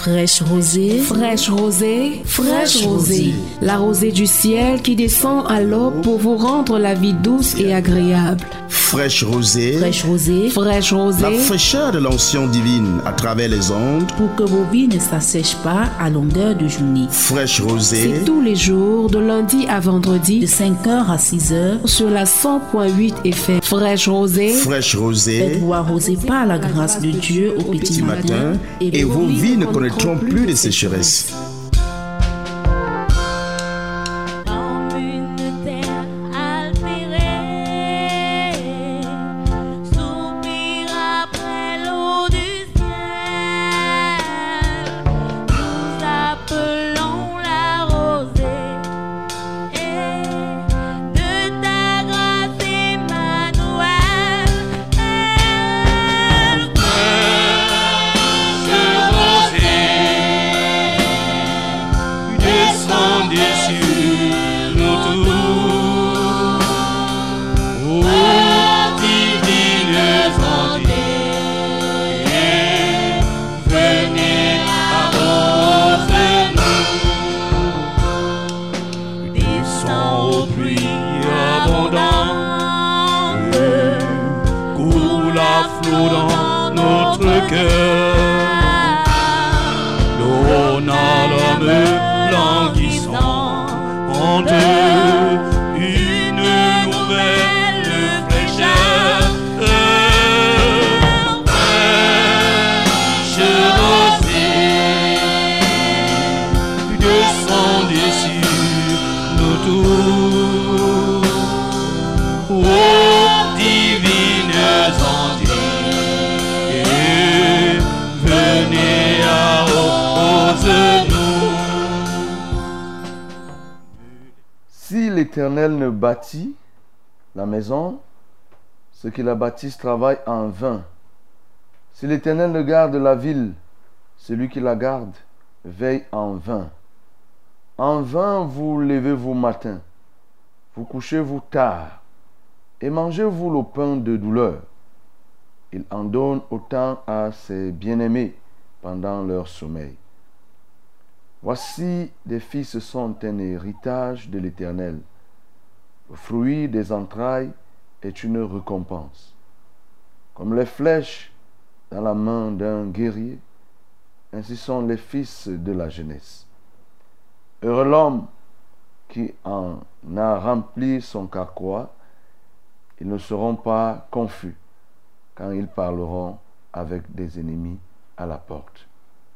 Fraîche rosée, fraîche rosée, fraîche rosée. La rosée du ciel qui descend à l'aube pour vous rendre la vie douce et agréable. Fraîche rosée, Fraîche rosée, fraîche rosée. la fraîcheur de l'onction divine à travers les ondes. Pour que vos vies ne s'assèchent pas à longueur de journée. Fraîche rosée, C'est tous les jours, de lundi à vendredi, de 5h à 6h, sur la 100.8 FM. Fraîche rosée, fraîche rosée, Faites-vous arroser par la grâce de Dieu au petit matin, et vos vies ne connaîtront plus de sécheresse. Comme une terre altérée, soupir après l'eau du ciel, nous appelons la rosée, et de ta grâce Emmanuel. Descendez sur nous tous, ô divines ondes, venez arroser-nous. Descends au pluie abondante, coule à flot dans notre cœur, donna l'homme languissante, une nouvelle fraîcheur. Fraîche rosée, descendez sur nous tous, ô divines ondes, venez arroser-nous. Si l'Éternel ne bâtit la maison, ceux qui la bâtissent travaillent en vain. Si l'Éternel ne garde la ville, celui qui la garde veille en vain. En vain vous levez-vous matin, vous couchez-vous tard, et mangez-vous le pain de douleur. Il en donne autant à ses bien-aimés pendant leur sommeil. Voici des fils sont un héritage de l'Éternel. Le fruit des entrailles est une récompense. Comme les flèches dans la main d'un guerrier, ainsi sont les fils de la jeunesse. Heureux l'homme qui en a rempli son carquois, ils ne seront pas confus quand ils parleront avec des ennemis à la porte.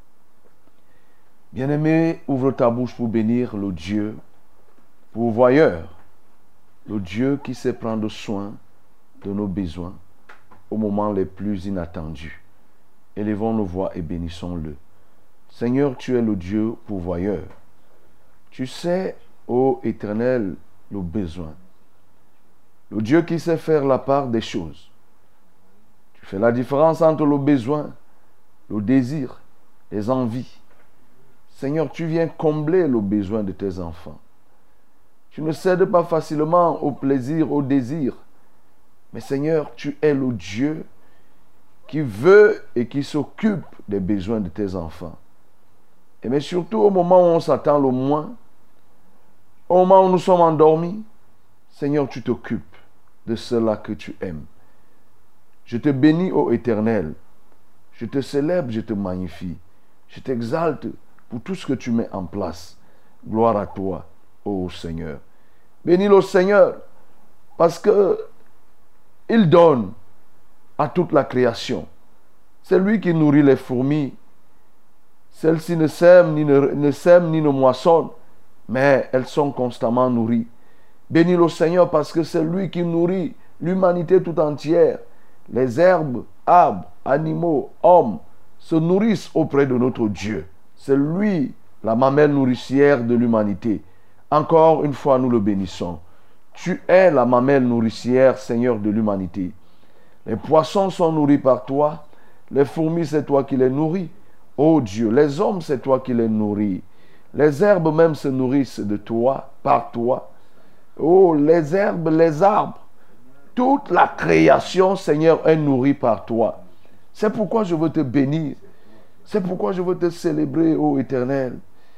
Bien-aimé, ouvre ta bouche pour bénir le Dieu pourvoyeur, le Dieu qui sait prendre soin de nos besoins au moment les plus inattendus. Élevons nos voix et bénissons-le. Seigneur, tu es le Dieu pourvoyeur. Tu sais, ô Éternel, le besoin. Le Dieu qui sait faire la part des choses. Tu fais la différence entre le besoin, le désir, les envies. Seigneur, tu viens combler le besoin de tes enfants. Tu ne cèdes pas facilement au plaisir, au désir. Mais Seigneur, tu es le Dieu qui veut et qui s'occupe des besoins de tes enfants. Et mais surtout au moment où on s'attend le moins, au moment où nous sommes endormis, Seigneur, tu t'occupes de cela que tu aimes. Je te bénis, ô Éternel. Je te célèbre, je te magnifie. Je t'exalte pour tout ce que tu mets en place. Gloire à toi, ô Seigneur. Bénis le Seigneur, parce que il donne à toute la création. C'est lui qui nourrit les fourmis. Celles-ci ne sèment ni ne moissonnent, mais elles sont constamment nourries. Bénis le Seigneur, parce que c'est lui qui nourrit l'humanité tout entière. Les herbes, arbres, animaux, hommes se nourrissent auprès de notre Dieu. C'est lui, la mamelle nourricière de l'humanité. Encore une fois, nous le bénissons. Tu es la mamelle nourricière, Seigneur, de l'humanité. Les poissons sont nourris par toi. Les fourmis, c'est toi qui les nourris. Ô Dieu, les hommes, c'est toi qui les nourris. Les herbes même se nourrissent de toi, par toi. Oh, les herbes, les arbres, toute la création, Seigneur, est nourrie par toi. C'est pourquoi je veux te bénir. C'est pourquoi je veux te célébrer, ô Éternel.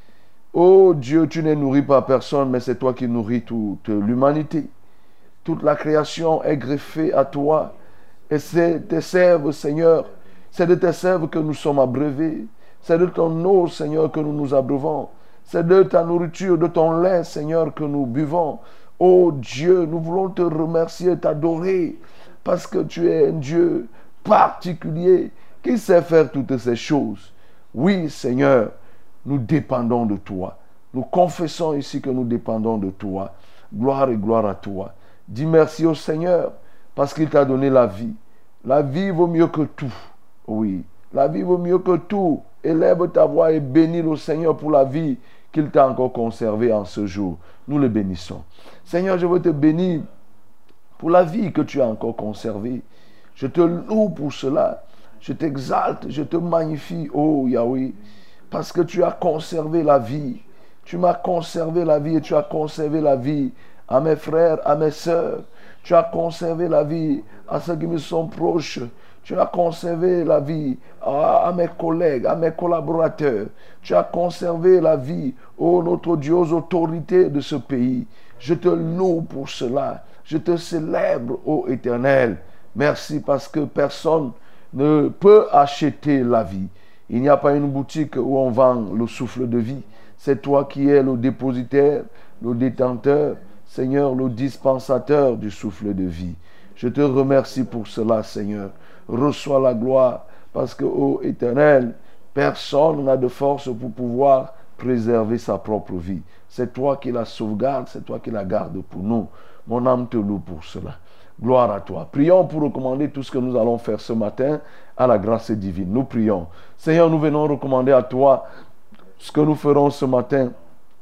Ô Dieu, tu n'es nourri par personne, mais c'est toi qui nourris toute l'humanité. Toute la création est greffée à toi. Et c'est tes serves, Seigneur. C'est de tes serves que nous sommes abreuvés. C'est de ton eau, Seigneur, que nous nous abreuvons. C'est de ta nourriture, de ton lait, Seigneur, que nous buvons. Ô Dieu, nous voulons te remercier, t'adorer, parce que tu es un Dieu particulier qui sait faire toutes ces choses. Oui, Seigneur, nous dépendons de toi. Nous confessons ici que nous dépendons de toi. Gloire et gloire à toi. Dis merci au Seigneur parce qu'il t'a donné la vie. La vie vaut mieux que tout. Oui, la vie vaut mieux que tout. Élève ta voix et bénis le Seigneur pour la vie qu'il t'a encore conservée en ce jour. Nous le bénissons. Seigneur, je veux te bénir pour la vie que tu as encore conservée. Je te loue pour cela. Je t'exalte, je te magnifie, oh Yahweh, parce que tu as conservé la vie. Tu m'as conservé la vie et tu as conservé la vie à mes frères, à mes sœurs. Tu as conservé la vie à ceux qui me sont proches. Tu as conservé la vie à mes collègues, à mes collaborateurs. Tu as conservé la vie, ô notre Dieu, aux autorités de ce pays. Je te loue pour cela. Je te célèbre, ô Éternel. Merci parce que personne ne peut acheter la vie. Il n'y a pas une boutique où on vend le souffle de vie. C'est toi qui es le dépositaire, le détenteur, Seigneur, le dispensateur du souffle de vie. Je te remercie pour cela, Seigneur. Reçois la gloire parce que, ô Éternel, personne n'a de force pour pouvoir préserver sa propre vie. C'est toi qui la sauvegarde, c'est toi qui la gardes pour nous. Mon âme te loue pour cela. Gloire à toi. Prions pour recommander tout ce que nous allons faire ce matin à la grâce divine. Nous prions. Seigneur, nous venons recommander à toi ce que nous ferons ce matin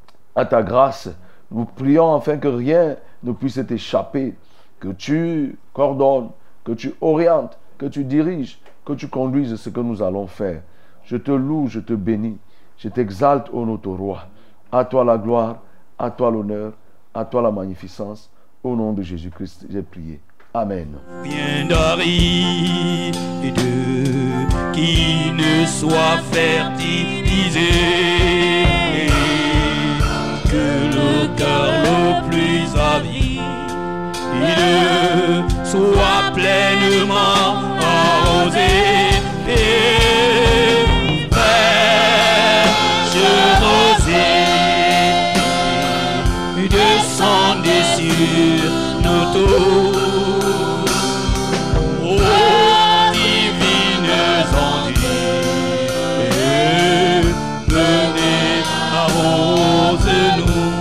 à ta grâce. Nous prions afin que rien ne puisse t'échapper, que tu coordonnes, que tu orientes, que tu diriges, que tu conduises ce que nous allons faire. Je te loue, je te bénis, je t'exalte, ô notre roi. À toi la gloire, à toi l'honneur, à toi la magnificence. Au nom de Jésus-Christ, j'ai prié. Amen. Bien d'aride qui ne soit fertilisé, que le cœur le plus avide soit pleinement arrosé. Descendez sur nos tours, ô divines enduits, venez arrose-nous.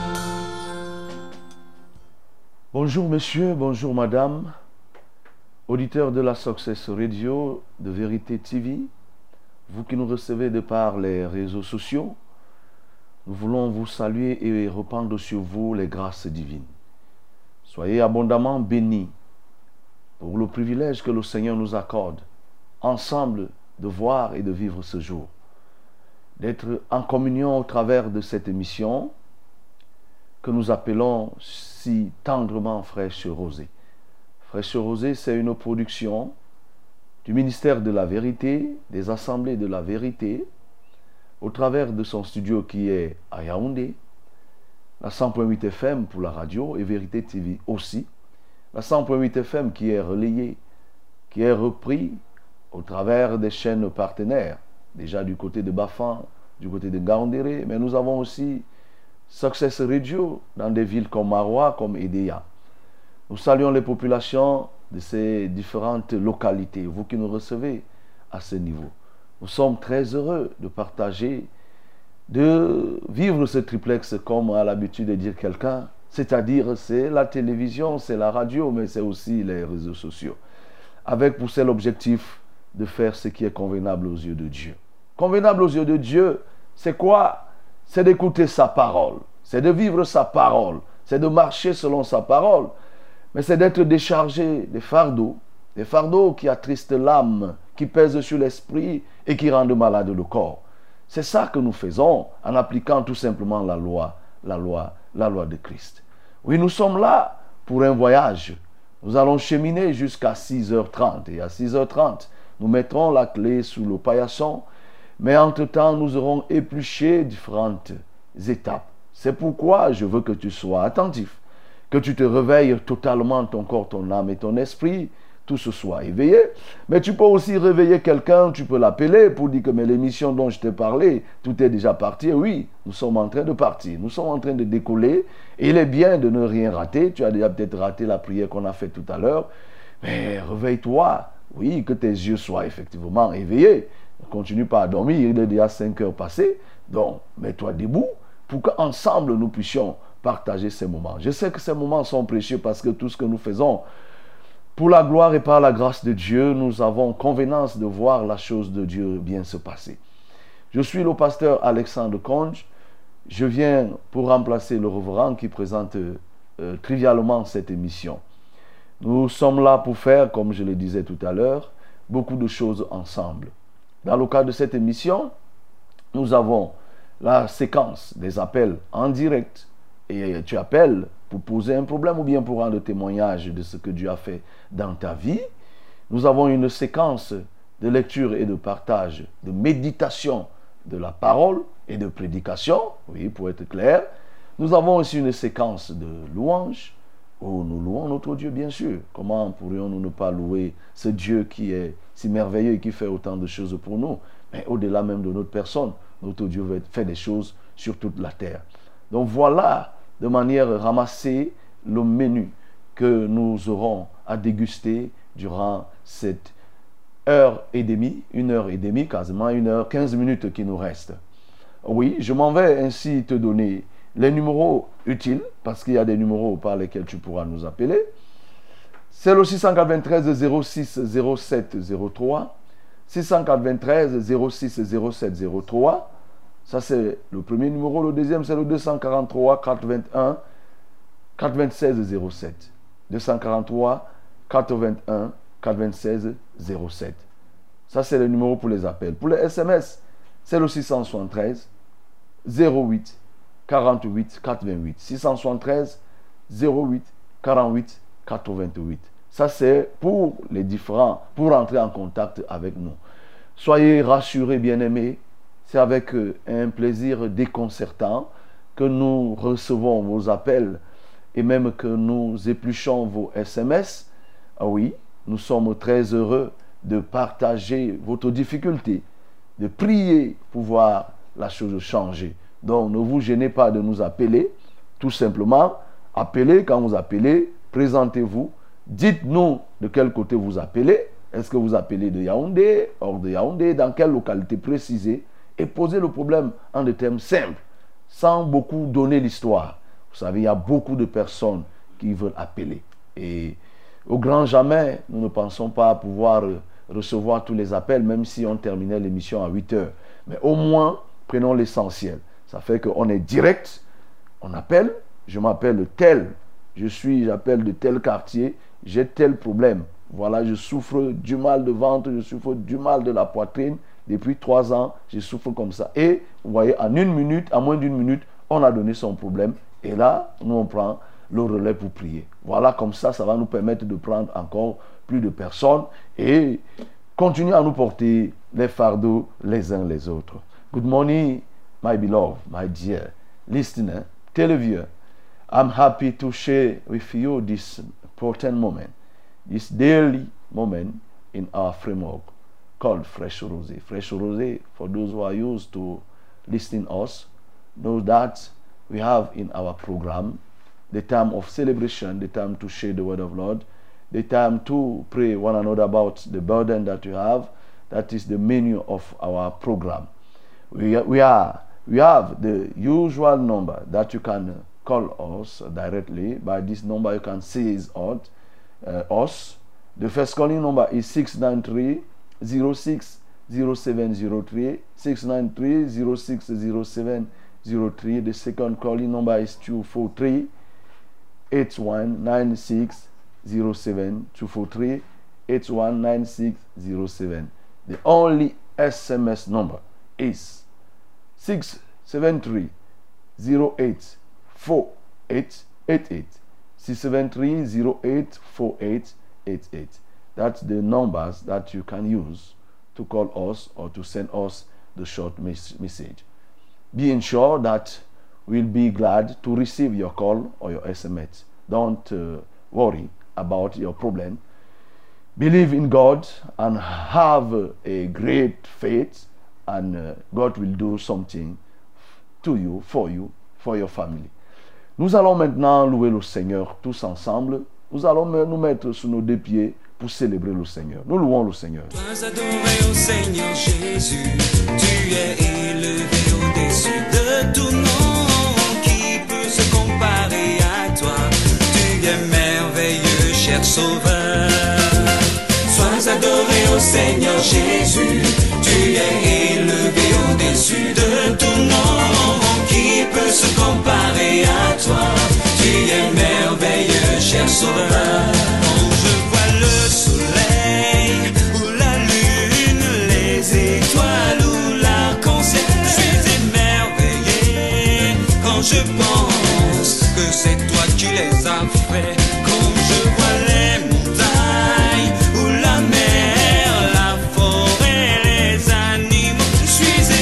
Bonjour monsieur, bonjour madame, auditeurs de la Success Radio, de Vérité TV, vous qui nous recevez de par les réseaux sociaux. Nous voulons vous saluer et répandre sur vous les grâces divines. Soyez abondamment bénis pour le privilège que le Seigneur nous accorde, ensemble, de voir et de vivre ce jour. D'être en communion au travers de cette émission que nous appelons si tendrement Fraîche Rosée. Fraîche Rosée, c'est une production du ministère de la Vérité, des Assemblées de la Vérité, au travers de son studio qui est à Yaoundé, la 100.8 FM pour la radio et Vérité TV aussi, la 100.8 FM qui est relayée, qui est repris au travers des chaînes partenaires, déjà du côté de Bafan, du côté de Gaoundéré, mais nous avons aussi Success Radio dans des villes comme Maroua, comme Edea. Nous saluons les populations de ces différentes localités, vous qui nous recevez à ce niveau. Nous sommes très heureux de partager, de vivre ce triplex comme a l'habitude de dire quelqu'un, c'est-à-dire c'est la télévision, c'est la radio, mais c'est aussi les réseaux sociaux. Avec pour seul objectif de faire ce qui est convenable aux yeux de Dieu. Convenable aux yeux de Dieu, c'est quoi? C'est d'écouter sa parole, c'est de vivre sa parole, c'est de marcher selon sa parole, mais c'est d'être déchargé des fardeaux qui attristent l'âme, qui pèsent sur l'esprit et qui rendent malade le corps. C'est ça que nous faisons en appliquant tout simplement la loi de Christ. Oui, nous sommes là pour un voyage. Nous allons cheminer jusqu'à 6h30. Et à 6h30, nous mettrons la clé sous le paillasson Mais entre-temps, nous aurons épluché différentes étapes. C'est pourquoi je veux que tu sois attentif, que tu te réveilles totalement, ton corps, ton âme et ton esprit, tout ce soit éveillé. Mais tu peux aussi réveiller quelqu'un, tu peux l'appeler pour dire que mais l'émission dont je t'ai parlé, tout est déjà parti. Oui, nous sommes en train de partir, nous sommes en train de décoller. Et il est bien de ne rien rater. Tu as déjà peut-être raté la prière qu'on a faite tout à l'heure. Mais réveille-toi, oui, que tes yeux soient effectivement éveillés. Ne continue pas à dormir, il est déjà 5 heures passées. Donc, mets-toi debout pour qu'ensemble nous puissions partager ces moments. Je sais que ces moments sont précieux parce que tout ce que nous faisons, pour la gloire et par la grâce de Dieu, nous avons convenance de voir la chose de Dieu bien se passer. Je suis le pasteur Alexandre Conge. Je viens pour remplacer le révérend qui présente trivialement cette émission. Nous sommes là pour faire, comme je le disais tout à l'heure, beaucoup de choses ensemble. Dans le cadre de cette émission, nous avons la séquence des appels en direct. Et tu appelles pour poser un problème ou bien pour rendre témoignage de ce que Dieu a fait dans ta vie. Nous avons une séquence de lecture et de partage, de méditation de la parole et de prédication, oui, pour être clair. Nous avons aussi une séquence de louanges où nous louons notre Dieu, bien sûr. Comment pourrions-nous ne pas louer ce Dieu qui est si merveilleux et qui fait autant de choses pour nous? Mais au-delà même de notre personne, notre Dieu fait des choses sur toute la terre. Donc voilà, de manière ramassée, le menu que nous aurons à déguster durant cette heure et demie, quasiment 1h15 minutes qui nous restent. Oui, je m'en vais ainsi te donner les numéros utiles, parce qu'il y a des numéros par lesquels tu pourras nous appeler. C'est le 693 06 07 03, 693 06 07 03. Ça, c'est le premier numéro. Le deuxième, c'est le 243 421 426 07. 243 421 426 07. Ça, c'est le numéro pour les appels. Pour les SMS, c'est le 673 08 48 428. 673 08 48 428. Ça, c'est pour les différents, pour entrer en contact avec nous. Soyez rassurés, bien-aimés. C'est avec un plaisir déconcertant que nous recevons vos appels et même que nous épluchons vos SMS. Ah oui, nous sommes très heureux de partager votre difficulté, de prier pour voir la chose changer. Donc, ne vous gênez pas de nous appeler. Tout simplement, appelez. Quand vous appelez, présentez-vous. Dites-nous de quel côté vous appelez. Est-ce que vous appelez de Yaoundé, hors de Yaoundé, dans quelle localité précisée? Et posez le problème en des termes simples, sans beaucoup donner l'histoire. Vous savez, il y a beaucoup de personnes qui veulent appeler. Et au grand jamais, nous ne pensons pas pouvoir recevoir tous les appels, même si on terminait l'émission à 8 heures. Mais au moins, prenons l'essentiel. Ça fait qu'on est direct, on appelle, je m'appelle tel, j'appelle de tel quartier, j'ai tel problème. Voilà, je souffre du mal de ventre, je souffre du mal de la poitrine. Depuis 3 ans, je souffre comme ça. Et vous voyez, en 1 minute, en moins d'1 minute, on a donné son problème. Et là, nous, on prend le relais pour prier. Voilà, comme ça, ça va nous permettre de prendre encore plus de personnes et continuer à nous porter les fardeaux les uns les autres. Good morning, my beloved, my dear listener, televiewer. I'm happy to share with you this important moment, this daily moment in our framework called Fresh Rosé. Fresh Rosé, for those who are used to listening us, know that we have in our program the time of celebration, the time to share the word of Lord, the time to pray one another about the burden that you have. That is the menu of our program. We have the usual number that you can call us directly. By this number you can seize us. The first calling number is 693 06 0703, 693 06 0703. The second calling number is 243 8196 07, 243 819607. The only SMS number is 673 08 4888. 673 08 4888. That's the numbers that you can use to call us or to send us the short message. Be ensured that we'll be glad to receive your call or your SMS. Don't worry about your problem. Believe in God and have a great faith, and God will do something to you, for your family. Nous allons maintenant louer le Seigneur tous ensemble. Nous allons nous mettre sur nos deux pieds pour célébrer le Seigneur. Nous louons le Seigneur. Sois adoré au Seigneur Jésus, tu es élevé au-dessus de tout nom. Qui peut se comparer à toi? Tu es merveilleux, cher Sauveur. Sois adoré au Seigneur Jésus, tu es élevé au-dessus de tout nom. Qui peut se comparer à toi? Tu es merveilleux, cher Sauveur. Quand je vois le soleil ou la lune, les étoiles ou l'arc-en-ciel, je suis émerveillé quand je pense que c'est toi qui les as faits. Quand je vois les montagnes ou la mer, la forêt, les animaux, je suis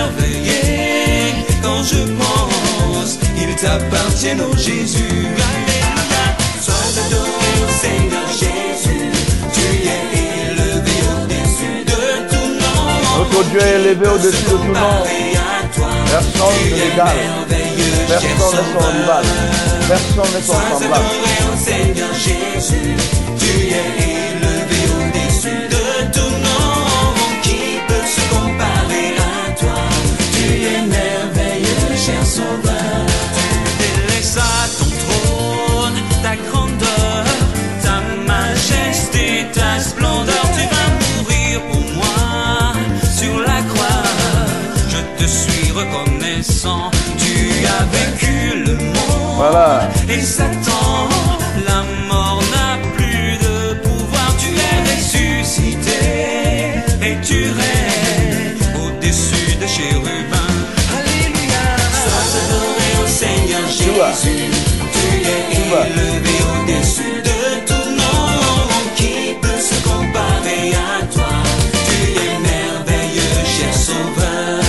émerveillé quand je pense qu'ils t'appartiennent, ô Jésus. Alléluia. Sois adoré au Seigneur Jésus, tu es élevé au-dessus de tout nom. Notre Dieu est élevé au-dessus de tout nom. Personne ne l'égale. Personne n'est son rival. Personne n'est son semblable. Sois adoré au Seigneur Jésus, tu es élevé au-dessus de tout nom. Qui peut se comparer à toi? Tu es merveilleux, cher Sauveur. Tu délaisses à ton trône ta grandeur, ta majesté, ta splendeur. Tu vas mourir pour moi sur la croix. Je te suis reconnaissant. Tu as vaincu le monde. Voilà. Et Satan, la mort n'a plus de pouvoir. Tu es ressuscité et tu règnes au-dessus des chérubins. Alléluia. Sois adoré au Seigneur Jésus, tu es élevé au-dessus de tout nom. Qui peut se comparer à toi? Tu es merveilleux, cher Sauveur.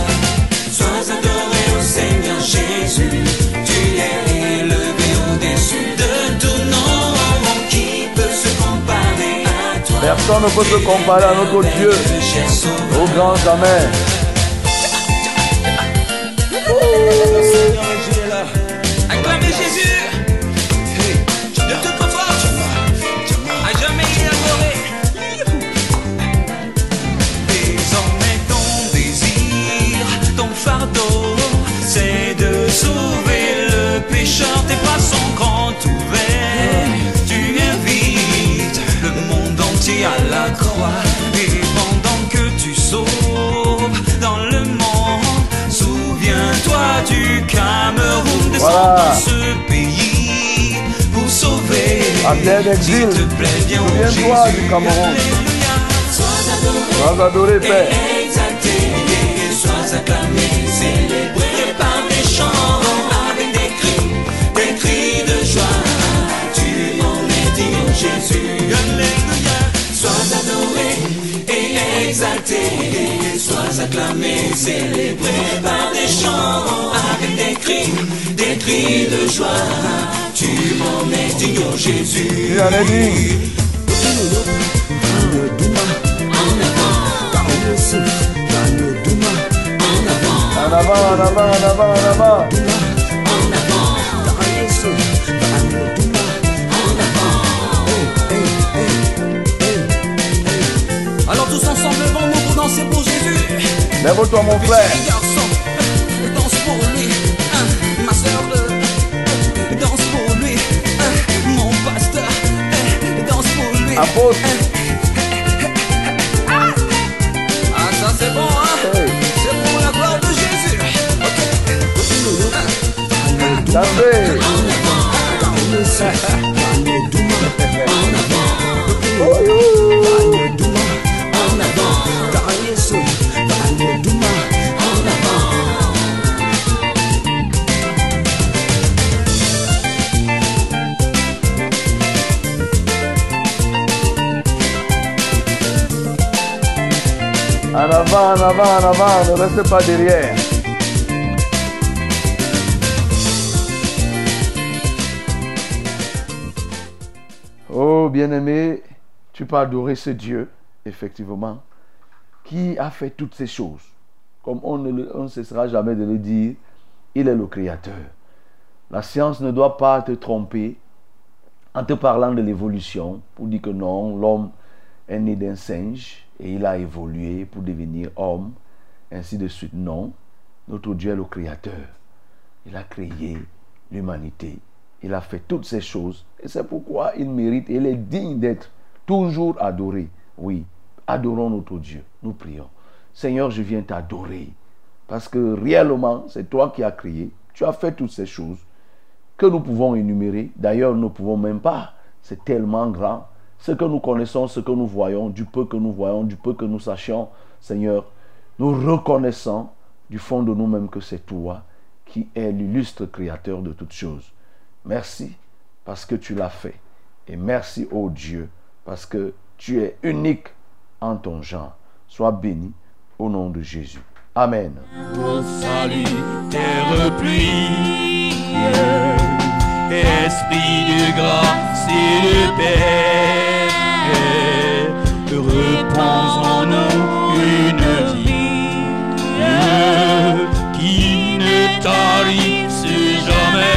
Sois adoré au Seigneur Jésus, tu es élevé au-dessus de tout nom. Qui peut se comparer à toi? Personne ne peut se comparer à notre Dieu, Cher Sauveur. au grand jamais. Acclamez Jésus. De toute ma force, à jamais il est adoré. Désormais ton désir, ton fardeau, c'est de sauver le pécheur. Tes bras sont grands ouverts. Tu invites le monde entier à la croix. Et pendant que tu sauves dans le monde, souviens-toi du Cameroun. Descends Voilà. dans ce pays pour sauver. À terre d'exil, S'il te plaît, viens au souviens-toi Jésus. du Cameroun. Alléluia. Sois adoré, Père. Et exalté, sois acclamé, célébré par des chants, avec des cris de joie. Tu en es digne, ô Jésus. Alléluia. Sois adoré et exalté, sois acclamé, célébré par des chants, avec des cris de joie. Tu en es digne, ô Jésus. Tu en es digne. En avant, en avant, en avant, en avant. Alors tous ensemble, levons-nous pour danser pour Jésus. Lève-toi, mon frère. Les garçons, danse pour lui. Ma soeur, danse pour lui. Mon pasteur, danse pour lui. Apôtre. Ah, ça c'est bon, hein? Hey. C'est pour la gloire de Jésus. Ok. Dansez. En avant, en avant, ne restez pas derrière. Oh bien-aimé, tu peux adorer ce Dieu, effectivement, qui a fait toutes ces choses. Comme on ne cessera jamais de le dire, il est le Créateur. La science ne doit pas te tromper en te parlant de l'évolution pour dire que non, l'homme est né d'un singe et il a évolué pour devenir homme, ainsi de suite. Non, notre Dieu est le Créateur. Il a créé l'humanité. Il a fait toutes ces choses et c'est pourquoi il mérite, il est digne d'être toujours adoré. Oui, adorons notre Dieu. Nous prions. Seigneur, je viens t'adorer parce que réellement, c'est toi qui as créé. Tu as fait toutes ces choses que nous pouvons énumérer. D'ailleurs, nous ne pouvons même pas. C'est tellement grand. Ce que nous connaissons, ce que nous voyons, du peu que nous voyons, du peu que nous sachions, Seigneur, nous reconnaissons du fond de nous-mêmes que c'est toi qui es l'illustre créateur de toutes choses. Merci parce que tu l'as fait. Et merci, ô Dieu, parce que tu es unique en ton genre. Sois béni au nom de Jésus. Amen. Au salut, terre pluie, esprit de grâce et de paix, repose en nous une vie qui ne tarisse jamais.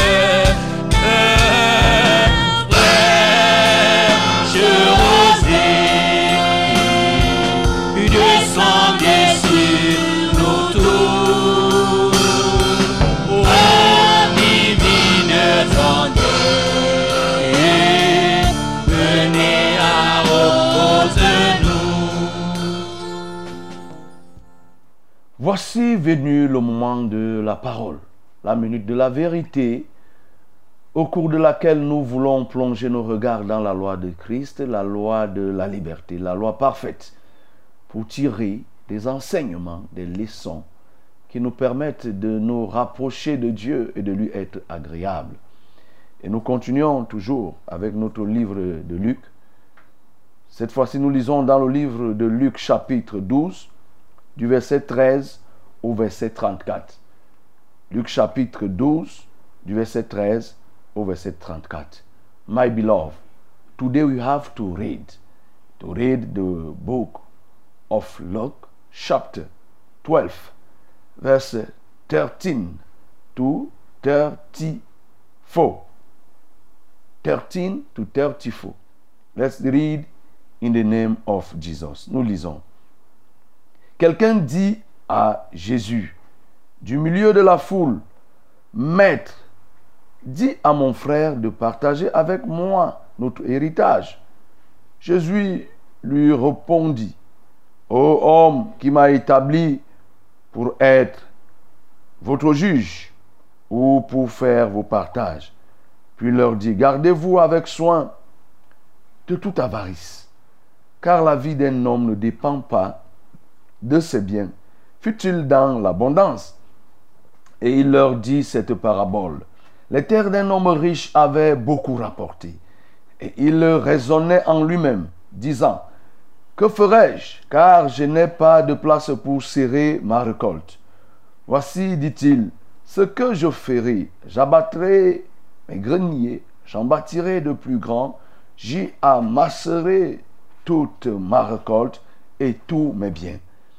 Voici venu le moment de la parole, la minute de la vérité, au cours de laquelle nous voulons plonger nos regards dans la loi de Christ, la loi de la liberté, la loi parfaite, pour tirer des enseignements, des leçons qui nous permettent de nous rapprocher de Dieu et de lui être agréables. Et nous continuons toujours avec notre livre de Luc. Cette fois-ci, nous lisons dans le livre de Luc chapitre 12, du verset 13 au verset 34. Luc chapitre 12, du verset 13 au verset 34. My beloved, today we have to read the book of Luke chapter 12, verset 13 to 34. 13 to 34. Let's read in the name of Jesus. Nous lisons. Quelqu'un dit à Jésus, du milieu de la foule, « Maître, dis à mon frère de partager avec moi notre héritage. » Jésus lui répondit, « Ô homme qui m'a établi pour être votre juge ou pour faire vos partages. » Puis il leur dit, « Gardez-vous avec soin de toute avarice, car la vie d'un homme ne dépend pas de ses biens, fut-il dans l'abondance. » Et il leur dit cette parabole. Les terres d'un homme riche avaient beaucoup rapporté. Et il raisonnait en lui-même, disant, « Que ferai-je, car je n'ai pas de place pour serrer ma récolte. Voici, dit-il, ce que je ferai. J'abattrai mes greniers, j'en bâtirai de plus grands, j'y amasserai toute ma récolte et tous mes biens.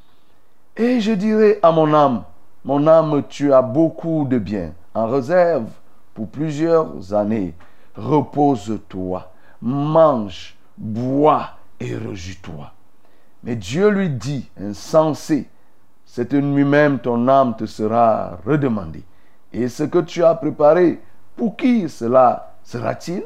Et je dirai à mon âme, tu as beaucoup de biens en réserve pour plusieurs années. Repose-toi, mange, bois et réjouis-toi. » Mais Dieu lui dit, insensé, cette nuit même ton âme te sera redemandée. Et ce que tu as préparé, pour qui cela sera-t-il?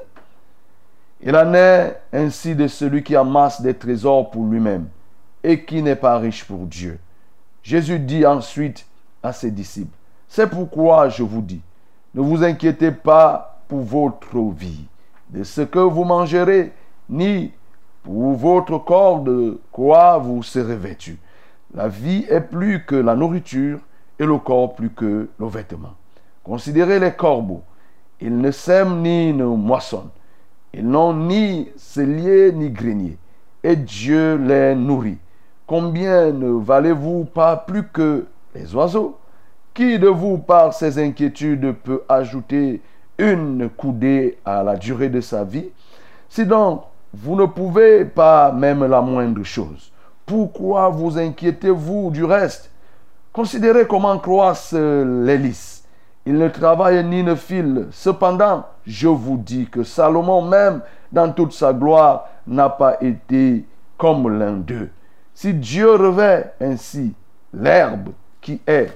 Il en est ainsi de celui qui amasse des trésors pour lui-même et qui n'est pas riche pour Dieu. Jésus dit ensuite à ses disciples, « C'est pourquoi je vous dis, ne vous inquiétez pas pour votre vie, de ce que vous mangerez, ni pour votre corps de quoi vous serez vêtus. La vie est plus que la nourriture et le corps plus que le vêtement. Considérez les corbeaux, ils ne sèment ni ne moissonnent, ils n'ont ni cellier ni grenier, et Dieu les nourrit. combien ne valez-vous pas plus que les oiseaux? Qui de vous, par ses inquiétudes, peut ajouter une coudée à la durée de sa vie? Si donc vous ne pouvez pas même la moindre chose, pourquoi vous inquiétez-vous du reste? Considérez comment croissent les lys. Ils ne travaillent ni ne filent. Cependant, je vous dis que Salomon, même dans toute sa gloire, n'a pas été comme l'un d'eux. Si Dieu revêt ainsi l'herbe qui est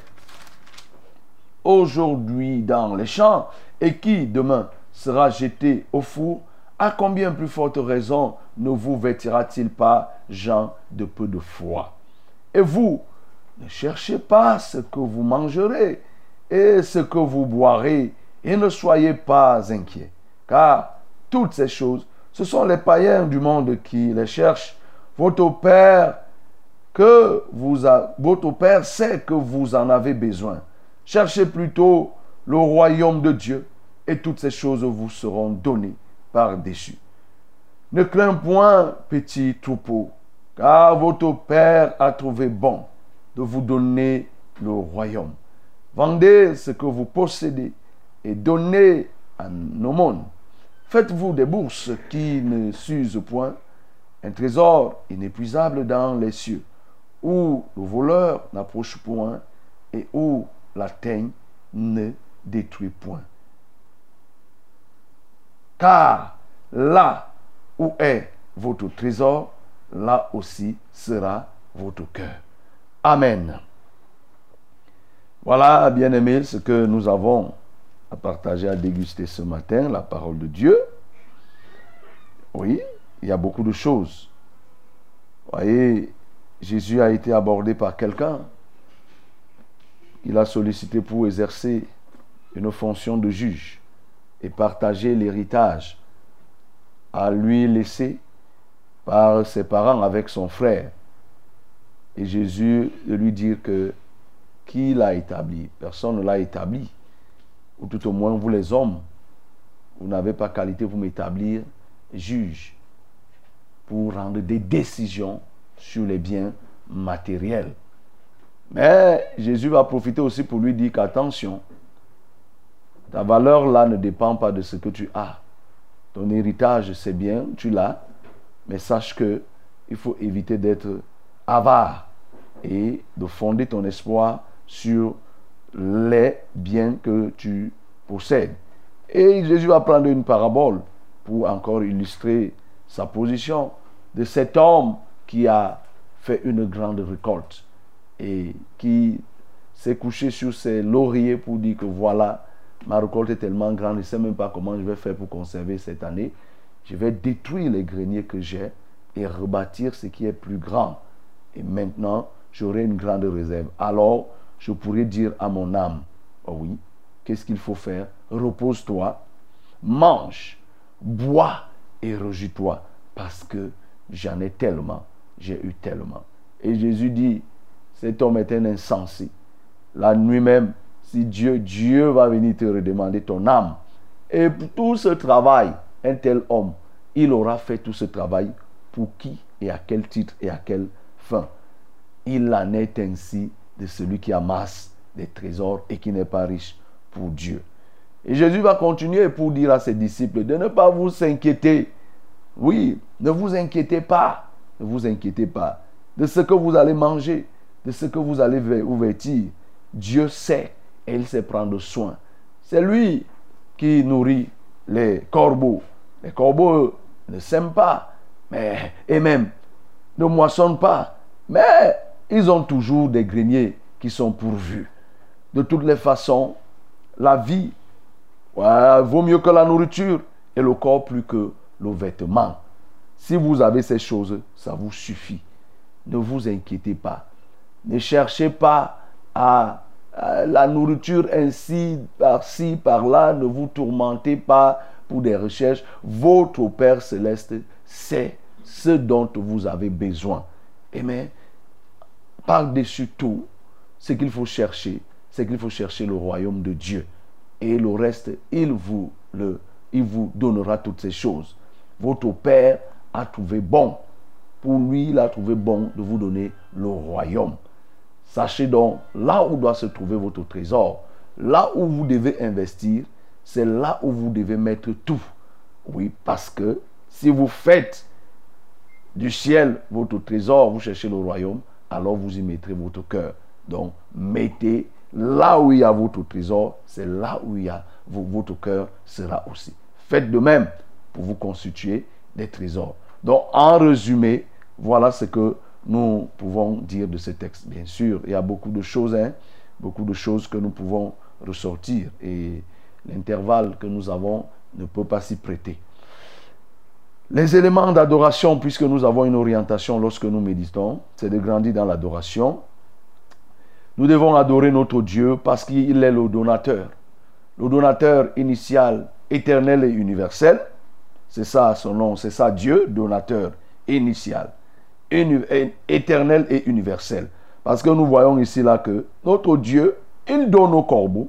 aujourd'hui dans les champs et qui demain sera jetée au four, à combien plus forte raison ne vous vêtira-t-il pas, gens de peu de foi? Et vous, ne cherchez pas ce que vous mangerez et ce que vous boirez, et ne soyez pas inquiets, car toutes ces choses, ce sont les païens du monde qui les cherchent. Votre Père sait que vous en avez besoin. Cherchez plutôt le royaume de Dieu, et toutes ces choses vous seront données par-dessus. Ne crains point, petit troupeau, car votre Père a trouvé bon de vous donner le royaume. Vendez ce que vous possédez et donnez en aumône. Faites-vous des bourses qui ne s'usent point, un trésor inépuisable dans les cieux, où le voleur n'approche point et où la teigne ne détruit point. Car là où est votre trésor, là aussi sera votre cœur. Amen. Voilà, bien-aimés, ce que nous avons à partager, à déguster ce matin, la parole de Dieu. Oui, il y a beaucoup de choses. Vous voyez, Jésus a été abordé par quelqu'un. Il a sollicité pour exercer une fonction de juge et partager l'héritage à lui laissé par ses parents avec son frère. Et Jésus de lui dire que qui l'a établi? Personne ne l'a établi. Ou tout au moins vous les hommes, vous n'avez pas qualité pour m'établir juge, pour rendre des décisions sur les biens matériels. Mais Jésus va profiter aussi pour lui dire qu'attention, ta valeur là ne dépend pas de ce que tu as. Ton héritage, c'est bien, tu l'as, mais sache que il faut éviter d'être avare et de fonder ton espoir sur les biens que tu possèdes. Et Jésus va prendre une parabole pour encore illustrer sa position de cet homme qui a fait une grande récolte et qui s'est couché sur ses lauriers pour dire que voilà, ma récolte est tellement grande, je ne sais même pas comment je vais faire pour conserver cette année. Je vais détruire les greniers que j'ai et rebâtir ce qui est plus grand. Et maintenant, j'aurai une grande réserve. Alors, je pourrais dire à mon âme, oh oui, qu'est-ce qu'il faut faire? Repose-toi, mange, bois et réjouis-toi, parce que j'en ai tellement, j'ai eu tellement. Et Jésus dit, cet homme est un insensé. La nuit même, si Dieu va venir te redemander ton âme. Et pour tout ce travail, un tel homme, il aura fait tout ce travail pour qui et à quel titre et à quelle fin? Il en est ainsi de celui qui amasse des trésors et qui n'est pas riche pour Dieu. Et Jésus va continuer pour dire à ses disciples de ne pas vous inquiéter. Oui, ne vous inquiétez pas. Ne vous inquiétez pas de ce que vous allez manger, de ce que vous allez vous vêtir. Dieu sait et il sait prendre soin. C'est lui qui nourrit les corbeaux. Les corbeaux, eux, ne sèment pas, et même ne moissonnent pas. Mais ils ont toujours des greniers qui sont pourvus. De toutes les façons, la vie vaut mieux que la nourriture et le corps plus que le vêtement. Si vous avez ces choses, ça vous suffit. Ne vous inquiétez pas. Ne cherchez pas à la nourriture ainsi, par-ci, par-là. Ne vous tourmentez pas pour des recherches. Votre Père Céleste sait ce dont vous avez besoin. Et mais, par-dessus tout, ce qu'il faut chercher, c'est qu'il faut chercher le royaume de Dieu. Et le reste, il vous donnera toutes ces choses. Votre Père a trouvé bon pour lui, il a trouvé bon de vous donner le royaume. Sachez donc, là où doit se trouver votre trésor, là où vous devez investir, c'est là où vous devez mettre tout. Oui, parce que si vous faites du ciel votre trésor, vous cherchez le royaume, alors vous y mettrez votre cœur. Donc, mettez là où il y a votre trésor, c'est là où il y a votre cœur sera aussi. Faites de même pour vous constituer des trésors. Donc, en résumé, voilà ce que nous pouvons dire de ce texte. Bien sûr, il y a beaucoup de choses que nous pouvons ressortir et l'intervalle que nous avons ne peut pas s'y prêter. Les éléments d'adoration, puisque nous avons une orientation lorsque nous méditons, c'est de grandir dans l'adoration. Nous devons adorer notre Dieu parce qu'il est le donateur initial, éternel et universel. C'est ça son nom, c'est ça Dieu, donateur initial, éternel et universel. Parce que nous voyons ici là que notre Dieu, il donne aux corbeaux,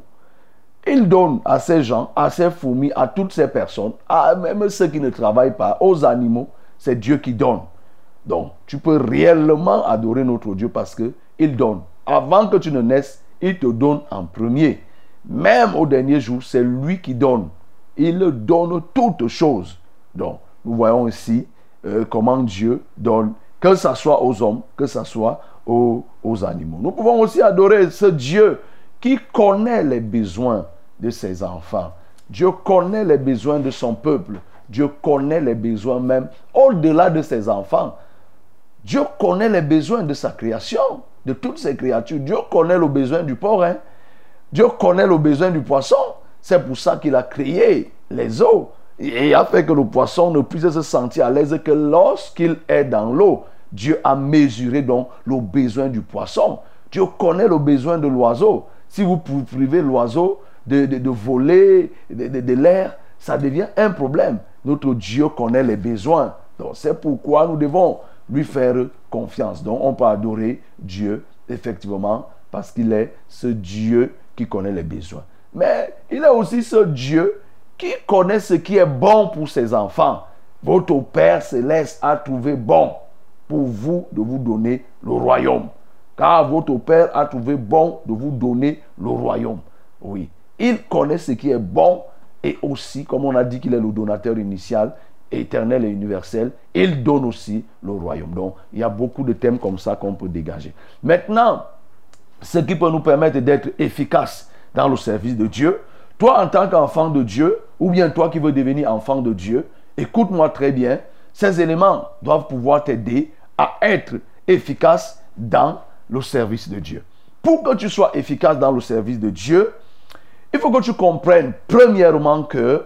il donne à ces gens, à ces fourmis, à toutes ces personnes, à même ceux qui ne travaillent pas, aux animaux, c'est Dieu qui donne. Donc, tu peux réellement adorer notre Dieu parce qu'il donne. Avant que tu ne naisses, il te donne en premier. Même au dernier jour, c'est lui qui donne. Il donne toutes choses. Donc, nous voyons ici comment Dieu donne, que ce soit aux hommes, que ce soit aux animaux. Nous pouvons aussi adorer ce Dieu qui connaît les besoins de ses enfants. Dieu connaît les besoins de son peuple. Dieu connaît les besoins même au-delà de ses enfants. Dieu connaît les besoins de sa création, de toutes ses créatures. Dieu connaît le besoin du porc. Dieu connaît le besoin du poisson. C'est pour ça qu'il a créé les eaux. Et il a fait que le poisson ne puisse se sentir à l'aise que lorsqu'il est dans l'eau. Dieu a mesuré donc le besoin du poisson. Dieu connaît le besoin de l'oiseau. Si vous privez l'oiseau de voler de l'air, ça devient un problème. Notre Dieu connaît les besoins. Donc c'est pourquoi nous devons lui faire confiance. Donc on peut adorer Dieu, effectivement, parce qu'il est ce Dieu qui connaît les besoins. Mais il est aussi ce Dieu qui connaît ce qui est bon pour ses enfants. Votre Père Céleste a trouvé bon pour vous de vous donner le royaume. Car votre Père a trouvé bon de vous donner le royaume. Oui, il connaît ce qui est bon et aussi, comme on a dit qu'il est le donateur initial, éternel et universel, il donne aussi le royaume. Donc, il y a beaucoup de thèmes comme ça qu'on peut dégager. Maintenant, ce qui peut nous permettre d'être efficaces dans le service de Dieu, toi en tant qu'enfant de Dieu, ou bien toi qui veux devenir enfant de Dieu, écoute-moi très bien, ces éléments doivent pouvoir t'aider à être efficace dans le service de Dieu. Pour que tu sois efficace dans le service de Dieu, il faut que tu comprennes premièrement que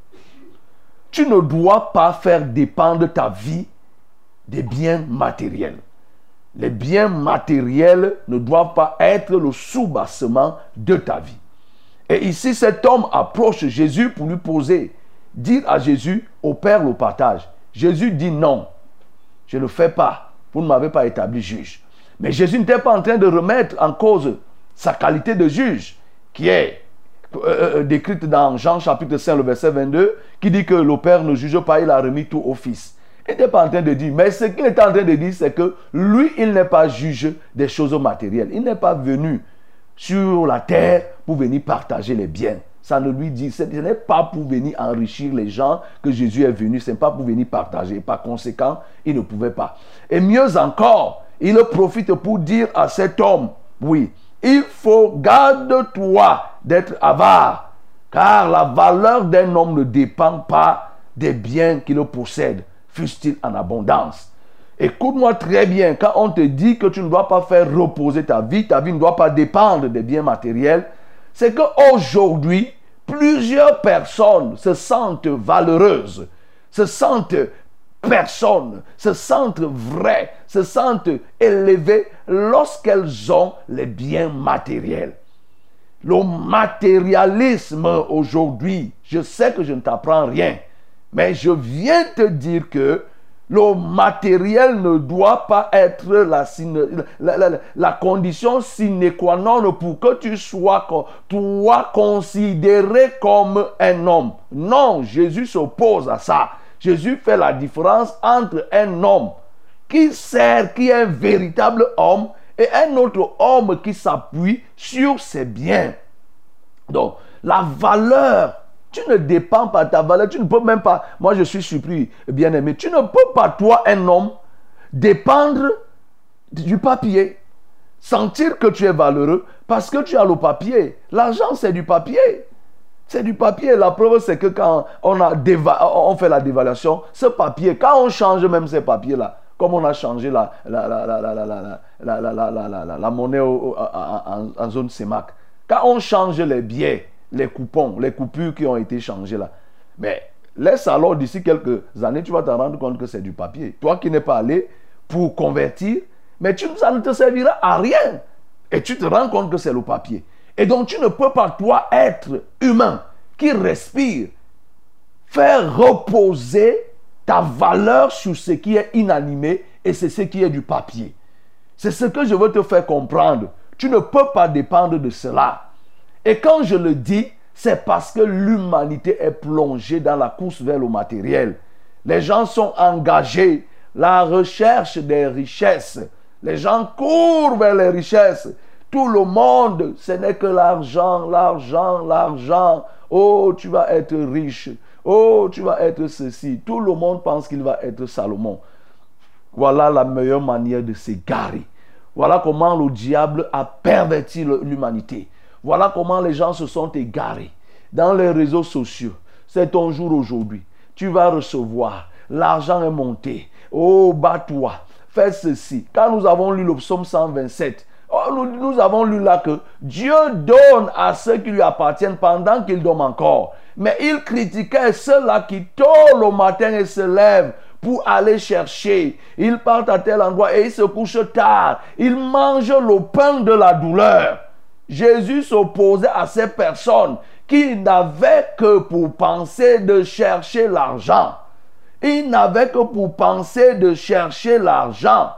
tu ne dois pas faire dépendre ta vie des biens matériels. Les biens matériels ne doivent pas être le soubassement de ta vie. Et ici, cet homme approche Jésus pour lui dire à Jésus, opère le partage. Jésus dit non, je ne le fais pas. Vous ne m'avez pas établi juge. Mais Jésus n'était pas en train de remettre en cause sa qualité de juge, qui est décrite dans Jean chapitre 5, le verset 22, qui dit que le Père ne juge pas, il a remis tout au Fils. Il n'était pas en train de dire, mais ce qu'il était en train de dire, c'est que lui, il n'est pas juge des choses matérielles. Il n'est pas venu sur la terre pour venir partager les biens. Ça ne lui dit, ce n'est pas pour venir enrichir les gens que Jésus est venu, ce n'est pas pour venir partager. Par conséquent, il ne pouvait pas. Et mieux encore, il profite pour dire à cet homme, oui, il faut garde-toi d'être avare, car la valeur d'un homme ne dépend pas des biens qu'il possède, fût-il en abondance. Écoute-moi très bien, quand on te dit que tu ne dois pas faire reposer ta vie ne doit pas dépendre des biens matériels, c'est qu'aujourd'hui, plusieurs personnes se sentent valeureuses, se sentent personnes, se sentent vraies, se sentent élevées lorsqu'elles ont les biens matériels. Le matérialisme aujourd'hui, je sais que je ne t'apprends rien, mais je viens te dire que le matériel ne doit pas être la condition sine qua non pour que tu sois toi considéré comme un homme. Non, Jésus s'oppose à ça. Jésus fait la différence entre un homme qui sert, qui est un véritable homme, et un autre homme qui s'appuie sur ses biens. Donc, la valeur, tu ne dépends pas de ta valeur, tu ne peux même pas, moi je suis surpris, bien-aimé, tu ne peux pas, toi, un homme, dépendre du papier, sentir que tu es valeureux parce que tu as le papier. L'argent, c'est du papier. C'est du papier. La preuve, c'est que quand on fait la dévaluation, ce papier, quand on change même ces papiers-là, comme on a changé la monnaie en zone CEMAC, quand on change les billets, les coupons, les coupures qui ont été changées là, mais laisse alors d'ici quelques années, tu vas te rendre compte que c'est du papier. Toi qui n'es pas allé pour convertir, mais ça ne te servira à rien. Et tu te rends compte que c'est le papier. Et donc tu ne peux pas, toi, être humain, qui respire, faire reposer ta valeur sur ce qui est inanimé et c'est ce qui est du papier. C'est ce que je veux te faire comprendre. Tu ne peux pas dépendre de cela. Et quand je le dis, c'est parce que l'humanité est plongée dans la course vers le matériel. Les gens sont engagés, la recherche des richesses. Les gens courent vers les richesses. Tout le monde, ce n'est que l'argent, l'argent, l'argent. Oh, tu vas être riche. Oh, tu vas être ceci. Tout le monde pense qu'il va être Salomon. Voilà la meilleure manière de s'égarer. Voilà comment le diable a perverti l'humanité. Voilà comment les gens se sont égarés. Dans les réseaux sociaux, c'est ton jour aujourd'hui. Tu vas recevoir. L'argent est monté. Oh, bats-toi. Fais ceci. Quand nous avons lu le psaume 127, nous avons lu là que Dieu donne à ceux qui lui appartiennent pendant qu'il dorment encore. Mais il critiquait ceux-là qui tôt le matin et se lèvent pour aller chercher. Ils partent à tel endroit et ils se couchent tard. Ils mangent le pain de la douleur. Jésus s'opposait à ces personnes qui n'avaient que pour penser de chercher l'argent. Ils n'avaient que pour penser de chercher l'argent.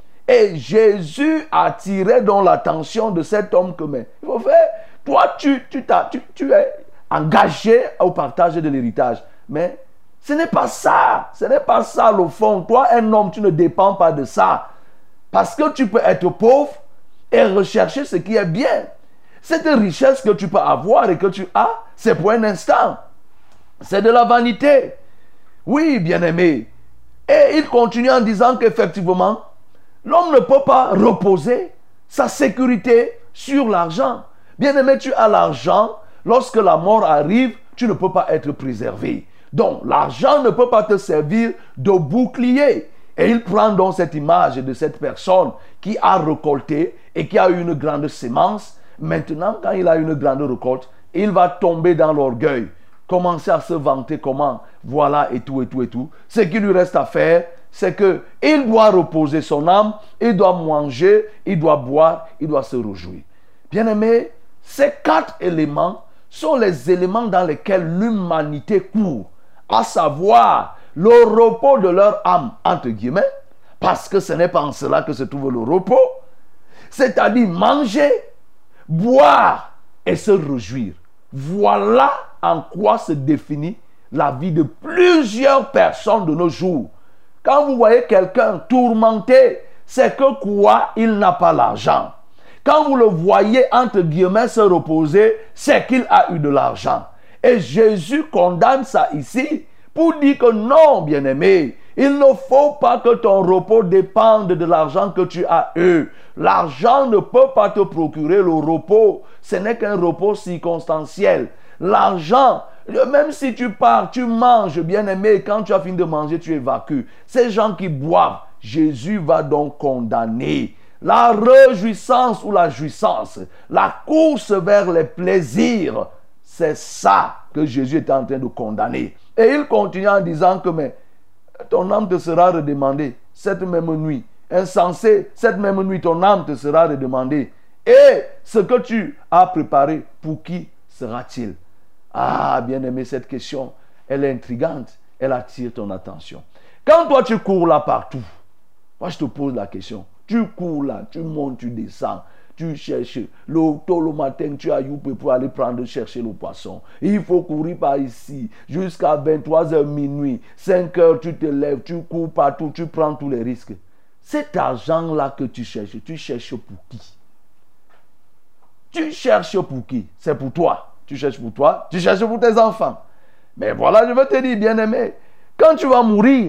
Et Jésus attirait donc l'attention de cet homme que, mais il faut faire, toi tu es engagé au partage de l'héritage. Mais ce n'est pas ça le fond. Toi, un homme, tu ne dépends pas de ça. Parce que tu peux être pauvre et rechercher ce qui est bien. Cette richesse que tu peux avoir et que tu as, c'est pour un instant. C'est de la vanité. Oui, bien-aimé. Et il continue en disant qu'effectivement, l'homme ne peut pas reposer sa sécurité sur l'argent. Bien-aimé, tu as l'argent. Lorsque la mort arrive, tu ne peux pas être préservé. Donc, l'argent ne peut pas te servir de bouclier. Et il prend donc cette image de cette personne qui a récolté et qui a eu une grande sémence. Maintenant, quand il a une grande récolte, il va tomber dans l'orgueil. Commencer à se vanter comment, voilà et tout et tout et tout. Ce qui lui reste à faire, c'est qu'il doit reposer son âme, il doit manger, il doit boire, il doit se réjouir. Bien-aimé, ces 4 éléments sont les éléments dans lesquels l'humanité court, à savoir le repos de leur âme, entre guillemets, parce que ce n'est pas en cela que se trouve le repos, c'est-à-dire manger, boire et se réjouir. Voilà en quoi se définit la vie de plusieurs personnes de nos jours. Quand vous voyez quelqu'un tourmenté, c'est que quoi? Il n'a pas l'argent. Quand vous le voyez entre guillemets se reposer, c'est qu'il a eu de l'argent. Et Jésus condamne ça ici pour dire que non, bien-aimé, il ne faut pas que ton repos dépende de l'argent que tu as eu. L'argent ne peut pas te procurer le repos. Ce n'est qu'un repos circonstanciel. L'argent, même si tu pars, tu manges, bien-aimé, quand tu as fini de manger, tu évacues. Ces gens qui boivent, Jésus va donc condamner. La réjouissance ou la jouissance, la course vers les plaisirs, c'est ça que Jésus est en train de condamner. Et il continue en disant que mais, ton âme te sera redemandée cette même nuit. Insensé, cette même nuit, ton âme te sera redemandée. Et ce que tu as préparé, pour qui sera-t-il? Ah, bien-aimé, cette question, elle est intrigante. Elle attire ton attention. Quand toi, tu cours là partout, moi, je te pose la question. Tu cours là, tu montes, tu descends. Tu cherches, tôt le matin, tu as youpé pour aller chercher le poisson. Il faut courir par ici jusqu'à 23h minuit. 5h, tu te lèves, tu cours partout, tu prends tous les risques. cet argent-là que tu cherches pour qui? Tu cherches pour qui? C'est pour toi. Tu cherches pour toi, tu cherches pour tes enfants. Mais voilà, je veux te dire, bien-aimé, quand tu vas mourir,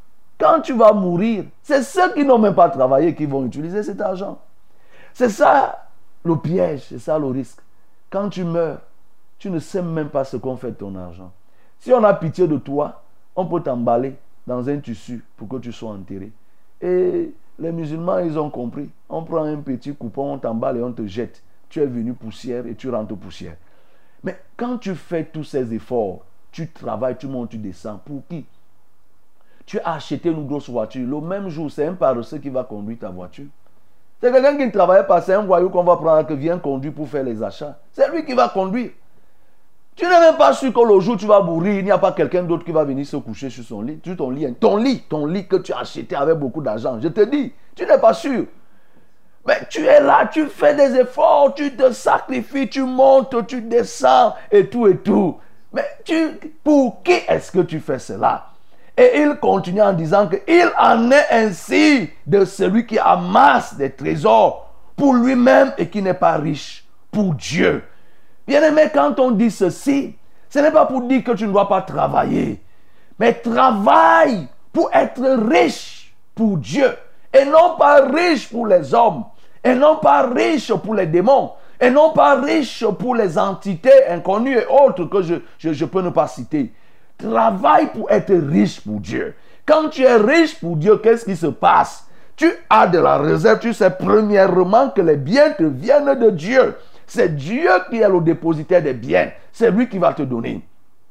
c'est ceux qui n'ont même pas travaillé qui vont utiliser cet argent. C'est ça le piège, c'est ça le risque. Quand tu meurs, tu ne sais même pas ce qu'on fait de ton argent. Si on a pitié de toi, on peut t'emballer dans un tissu pour que tu sois enterré. Et les musulmans, ils ont compris. On prend un petit coupon, on t'emballe et on te jette. Tu es venu poussière et tu rentres poussière. Mais quand tu fais tous ces efforts, tu travailles, tu montes, tu descends, pour qui? Tu as acheté une grosse voiture. Le même jour, c'est un paresseux qui va conduire ta voiture. C'est quelqu'un qui ne travaille pas, c'est un voyou qu'on va prendre, qui vient conduire pour faire les achats. C'est lui qui va conduire. Tu n'es même pas sûr que le jour où tu vas mourir, il n'y a pas quelqu'un d'autre qui va venir se coucher sur son lit. Sur ton lit que tu as acheté avec beaucoup d'argent. Je te dis, tu n'es pas sûr. Mais tu es là, tu fais des efforts, tu te sacrifies, tu montes, tu descends et tout. Mais pour qui est-ce que tu fais cela? Et il continue en disant qu'il en est ainsi de celui qui amasse des trésors pour lui-même et qui n'est pas riche pour Dieu. Bien-aimé, quand on dit ceci, ce n'est pas pour dire que tu ne dois pas travailler, mais travaille pour être riche pour Dieu et non pas riche pour les hommes, et non pas riche pour les démons, et non pas riche pour les entités inconnues et autres que je peux ne pas citer. Travaille pour être riche pour Dieu. Quand tu es riche pour Dieu, qu'est-ce qui se passe? Tu as de la réserve. Tu sais premièrement que les biens te viennent de Dieu. C'est Dieu qui est le dépositaire des biens. C'est lui qui va te donner.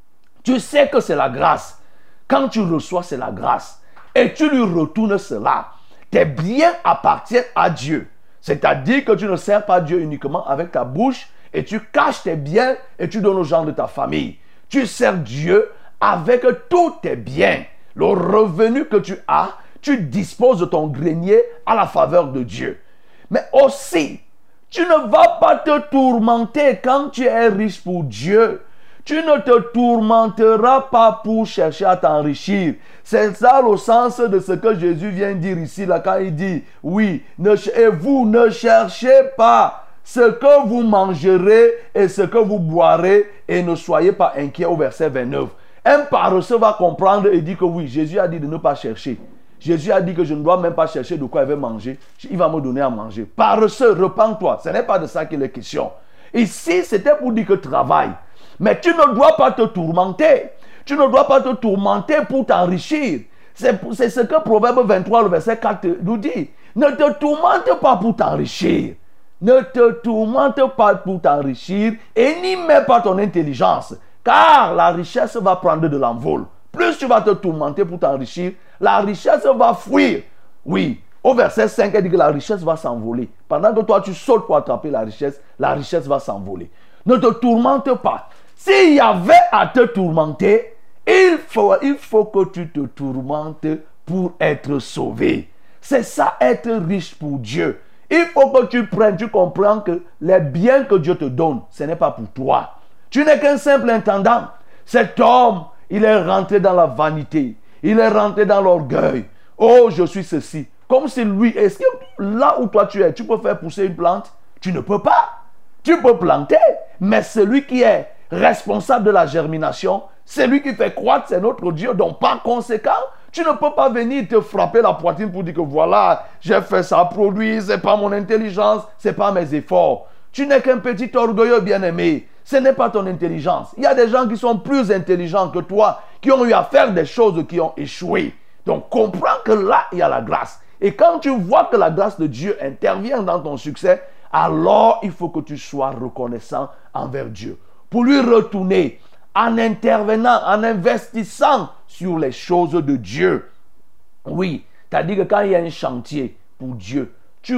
Tu sais que c'est la grâce. Quand tu reçois, c'est la grâce. Et tu lui retournes cela. Tes biens appartiennent à Dieu. C'est-à-dire que tu ne sers pas Dieu uniquement avec ta bouche et tu caches tes biens et tu donnes aux gens de ta famille. Tu sers Dieu avec tous tes biens. Le revenu que tu as, tu disposes de ton grenier à la faveur de Dieu. Mais aussi, tu ne vas pas te tourmenter quand tu es riche pour Dieu. Tu ne te tourmenteras pas pour chercher à t'enrichir. C'est ça le sens de ce que Jésus vient dire ici, là, quand il dit, oui, et vous ne cherchez pas ce que vous mangerez et ce que vous boirez et ne soyez pas inquiets au verset 29. Un paresseux va comprendre et dire que oui, Jésus a dit de ne pas chercher. Jésus a dit que je ne dois même pas chercher de quoi il veut manger. Il va me donner à manger. Paresseux, repens-toi. Ce n'est pas de ça qu'il est question. Ici, c'était pour dire que travaille. Mais tu ne dois pas te tourmenter. Tu ne dois pas te tourmenter pour t'enrichir. C'est ce que Proverbe 23, le verset 4 nous dit. Ne te tourmente pas pour t'enrichir. Ne te tourmente pas pour t'enrichir et n'y mets pas ton intelligence. Car la richesse va prendre de l'envol. Plus tu vas te tourmenter pour t'enrichir, la richesse va fuir. Oui, au verset 5, elle dit que la richesse va s'envoler. Pendant que toi tu sautes pour attraper la richesse va s'envoler. Ne te tourmente pas. S'il y avait à te tourmenter, il faut que tu te tourmentes pour être sauvé. C'est ça, être riche pour Dieu. Il faut que tu prennes, tu comprends que les biens que Dieu te donne, ce n'est pas pour toi. Tu n'es qu'un simple intendant. Cet homme, il est rentré dans la vanité. Il est rentré dans l'orgueil. Oh, je suis ceci. Comme si lui, est-ce que là où toi tu es, tu peux faire pousser une plante? Tu ne peux pas. Tu peux planter, mais celui qui est responsable de la germination, celui qui fait croître, c'est notre Dieu. Donc par conséquent, tu ne peux pas venir te frapper la poitrine pour dire que voilà, j'ai fait ça produit, c'est pas mon intelligence, c'est pas mes efforts. Tu n'es qu'un petit orgueilleux bien-aimé. Ce n'est pas ton intelligence. Il y a des gens qui sont plus intelligents que toi, qui ont eu à faire des choses qui ont échoué. Donc comprends que là, il y a la grâce. Et quand tu vois que la grâce de Dieu intervient dans ton succès, alors il faut que tu sois reconnaissant envers Dieu. Pour lui retourner en intervenant, en investissant sur les choses de Dieu. Oui, c'est-à-dire que quand il y a un chantier pour Dieu, tu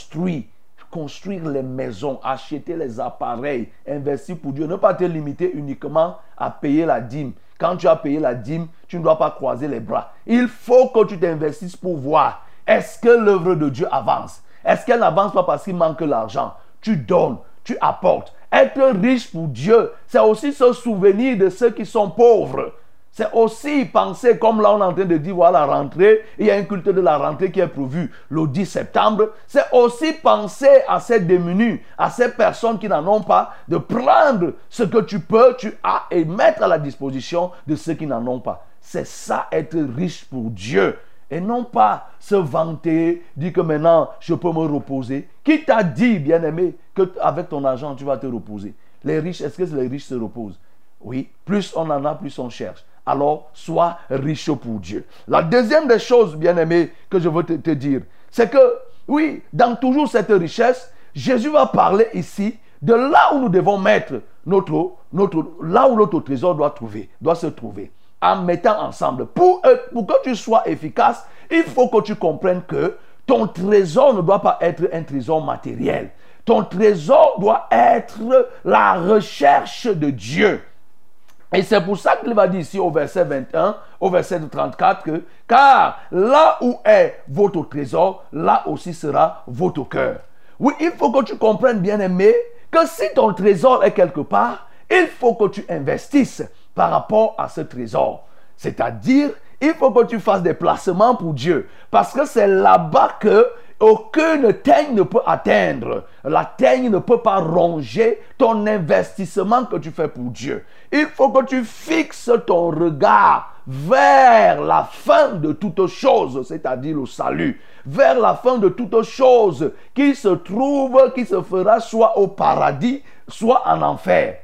construire les maisons, acheter les appareils, investir pour Dieu. Ne pas te limiter uniquement à payer la dîme. Quand tu as payé la dîme, tu ne dois pas croiser les bras. Il faut que tu t'investisses pour voir. Est-ce que l'œuvre de Dieu avance? Est-ce qu'elle n'avance pas parce qu'il manque l'argent? Tu donnes, tu apportes. Être riche pour Dieu, c'est aussi se souvenir de ceux qui sont pauvres. C'est aussi penser, comme là on est en train de dire, voilà la rentrée, il y a un culte de la rentrée qui est prévu le 10 septembre. C'est aussi penser à ces démunis, à ces personnes qui n'en ont pas, de prendre ce que tu peux, tu as, et mettre à la disposition de ceux qui n'en ont pas. C'est ça, être riche pour Dieu. Et non pas se vanter, dire que maintenant je peux me reposer. Qui t'a dit, bien-aimé, qu'avec ton argent tu vas te reposer? Les riches, est-ce que les riches se reposent? Oui, plus on en a, plus on cherche. Alors, sois riche pour Dieu. La deuxième des choses, bien-aimé, que je veux te dire, c'est que, oui, dans toujours cette richesse, Jésus va parler ici de là où nous devons mettre là où notre trésor doit se trouver. En mettant ensemble. Pour que tu sois efficace, il faut que tu comprennes que ton trésor ne doit pas être un trésor matériel. Ton trésor doit être la recherche de Dieu. Et c'est pour ça qu'il va dire ici au verset 21, au verset 34 que car là où est votre trésor, là aussi sera votre cœur. Oui, il faut que tu comprennes, bien-aimé, que si ton trésor est quelque part, il faut que tu investisses par rapport à ce trésor. C'est-à-dire, il faut que tu fasses des placements pour Dieu. Parce que c'est là-bas que aucune teigne ne peut atteindre. La teigne ne peut pas ronger ton investissement que tu fais pour Dieu. Il faut que tu fixes ton regard vers la fin de toutes choses, c'est-à-dire le salut. Vers la fin de toutes choses qui se fera soit au paradis, soit en enfer.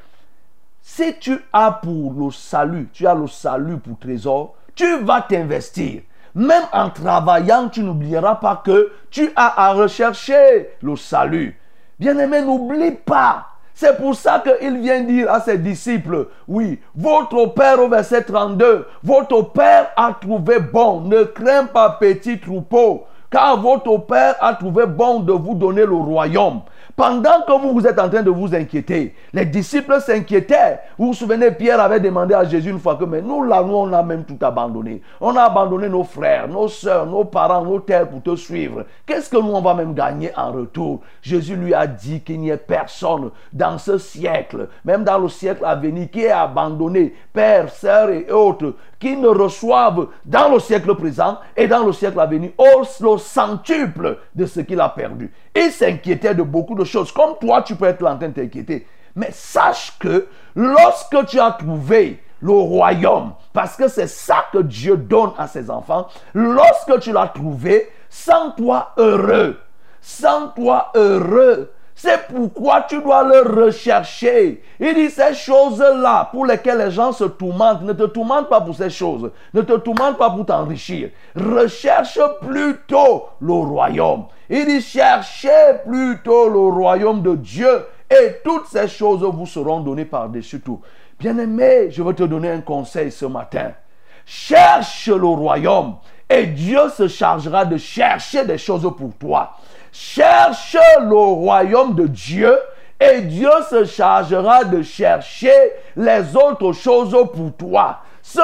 Si tu as pour le salut, tu as le salut pour trésor, tu vas t'investir. Même en travaillant, tu n'oublieras pas que tu as à rechercher le salut. Bien-aimé, n'oublie pas. C'est pour ça qu'il vient dire à ses disciples, oui, votre Père au verset 32, votre Père a trouvé bon, ne crains pas petit troupeau, car votre Père a trouvé bon de vous donner le royaume. Pendant que vous êtes en train de vous inquiéter, les disciples s'inquiétaient. Vous vous souvenez, Pierre avait demandé à Jésus une fois que, mais nous là, on a même tout abandonné. On a abandonné nos frères, nos soeurs, nos parents, nos terres pour te suivre. Qu'est-ce que nous, on va même gagner en retour? Jésus lui a dit qu'il n'y ait personne dans ce siècle, même dans le siècle à venir, qui ait abandonné pères, sœurs et autres, qui ne reçoivent dans le siècle présent et dans le siècle à venir le centuple de ce qu'il a perdu. Il s'inquiétait de beaucoup de choses. Comme toi, tu peux être en train de t'inquiéter. Mais sache que lorsque tu as trouvé le royaume, parce que c'est ça que Dieu donne à ses enfants, lorsque tu l'as trouvé, sens-toi heureux. Sens-toi heureux. C'est pourquoi tu dois le rechercher. Il dit ces choses-là pour lesquelles les gens se tourmentent. Ne te tourmente pas pour ces choses. Ne te tourmente pas pour t'enrichir. Recherche plutôt le royaume. Il dit cherchez plutôt le royaume de Dieu et toutes ces choses vous seront données par-dessus tout. Bien-aimé, je vais te donner un conseil ce matin. Cherche le royaume et Dieu se chargera de chercher des choses pour toi. Cherche le royaume de Dieu et Dieu se chargera de chercher les autres choses pour toi.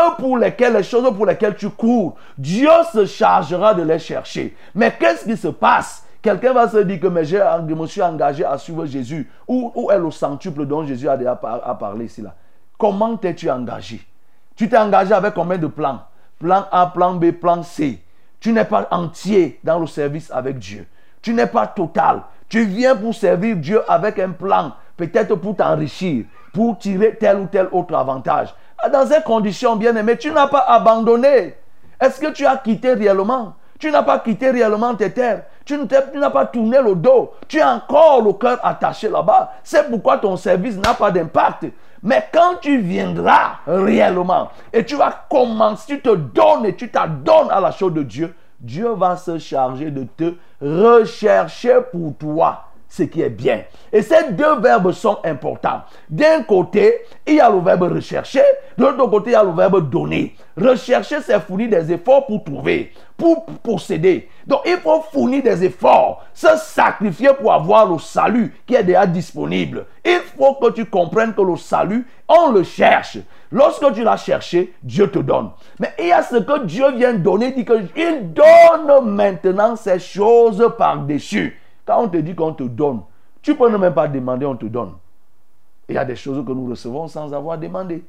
Les choses pour lesquelles tu cours, Dieu se chargera de les chercher. Mais qu'est-ce qui se passe? Quelqu'un va se dire que mais je me suis engagé à suivre Jésus. Où est le centuple dont Jésus a déjà parlé ici là? Comment t'es-tu engagé? Tu t'es engagé avec combien de plans? Plan A, plan B, plan C. Tu n'es pas entier dans le service avec Dieu. Tu n'es pas total. Tu viens pour servir Dieu avec un plan, peut-être pour t'enrichir, pour tirer tel ou tel autre avantage. Dans ces conditions, bien-aimé, tu n'as pas abandonné. Est-ce que tu as quitté réellement? Tu n'as pas quitté réellement tes terres. Tu n'as pas tourné le dos. Tu as encore le cœur attaché là-bas. C'est pourquoi ton service n'a pas d'impact. Mais quand tu viendras réellement et tu vas commencer, tu te donnes et tu t'adonnes à la chose de Dieu, Dieu va se charger de te rechercher pour toi ce qui est bien. Et ces deux verbes sont importants. D'un côté, il y a le verbe rechercher. De l'autre côté, il y a le verbe donner. Rechercher, c'est fournir des efforts pour trouver, pour posséder. Donc, il faut fournir des efforts, se sacrifier pour avoir le salut qui est déjà disponible. Il faut que tu comprennes que le salut, on le cherche. Lorsque tu l'as cherché, Dieu te donne. Mais il y a ce que Dieu vient donner, il dit qu'il donne maintenant ces choses par-dessus. Quand on te dit qu'on te donne, tu peux ne même pas demander, on te donne. Il y a des choses que nous recevons sans avoir demandé.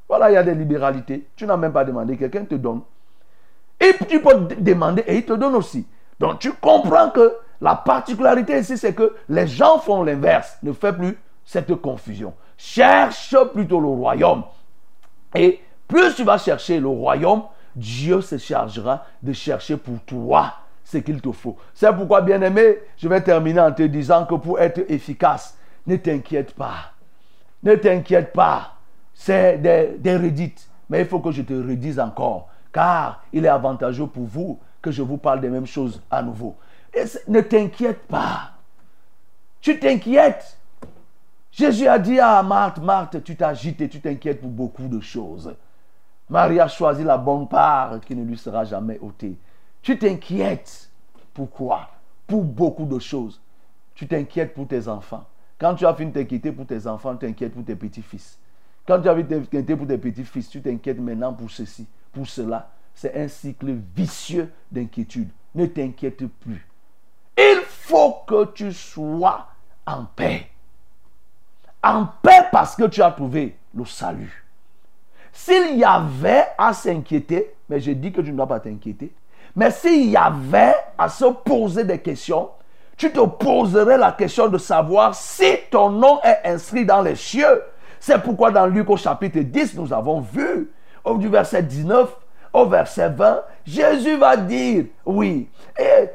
Voilà, il y a des libéralités. Tu n'as même pas demandé, quelqu'un te donne. Et tu peux demander et il te donne aussi. Donc tu comprends que la particularité ici, c'est que les gens font l'inverse. Ne fais plus cette confusion. Cherche plutôt le royaume. Et plus tu vas chercher le royaume, Dieu se chargera de chercher pour toi ce qu'il te faut. C'est pourquoi, bien-aimé, je vais terminer en te disant que pour être efficace, ne t'inquiète pas. Ne t'inquiète pas. C'est des redites. Mais il faut que je te redise encore. Car il est avantageux pour vous que je vous parle des mêmes choses à nouveau. Et ne t'inquiète pas. Tu t'inquiètes. Jésus a dit à Marthe, Marthe, tu t'agites et tu t'inquiètes pour beaucoup de choses. Marie a choisi la bonne part qui ne lui sera jamais ôtée. Tu t'inquiètes. Pourquoi? Pour beaucoup de choses. Tu t'inquiètes pour tes enfants. Quand tu as fini de t'inquiéter pour tes enfants, tu t'inquiètes pour tes petits-fils. Quand tu as fini de t'inquiéter pour tes petits-fils, tu t'inquiètes maintenant pour ceci, pour cela. C'est un cycle vicieux d'inquiétude. Ne t'inquiète plus. Il faut que tu sois en paix. En paix parce que tu as trouvé le salut. S'il y avait à s'inquiéter, mais je dis que tu ne dois pas t'inquiéter, mais s'il y avait à se poser des questions, tu te poserais la question de savoir si ton nom est inscrit dans les cieux. C'est pourquoi dans Luc au chapitre 10, nous avons vu, du verset 19 au verset 20, Jésus va dire, oui, et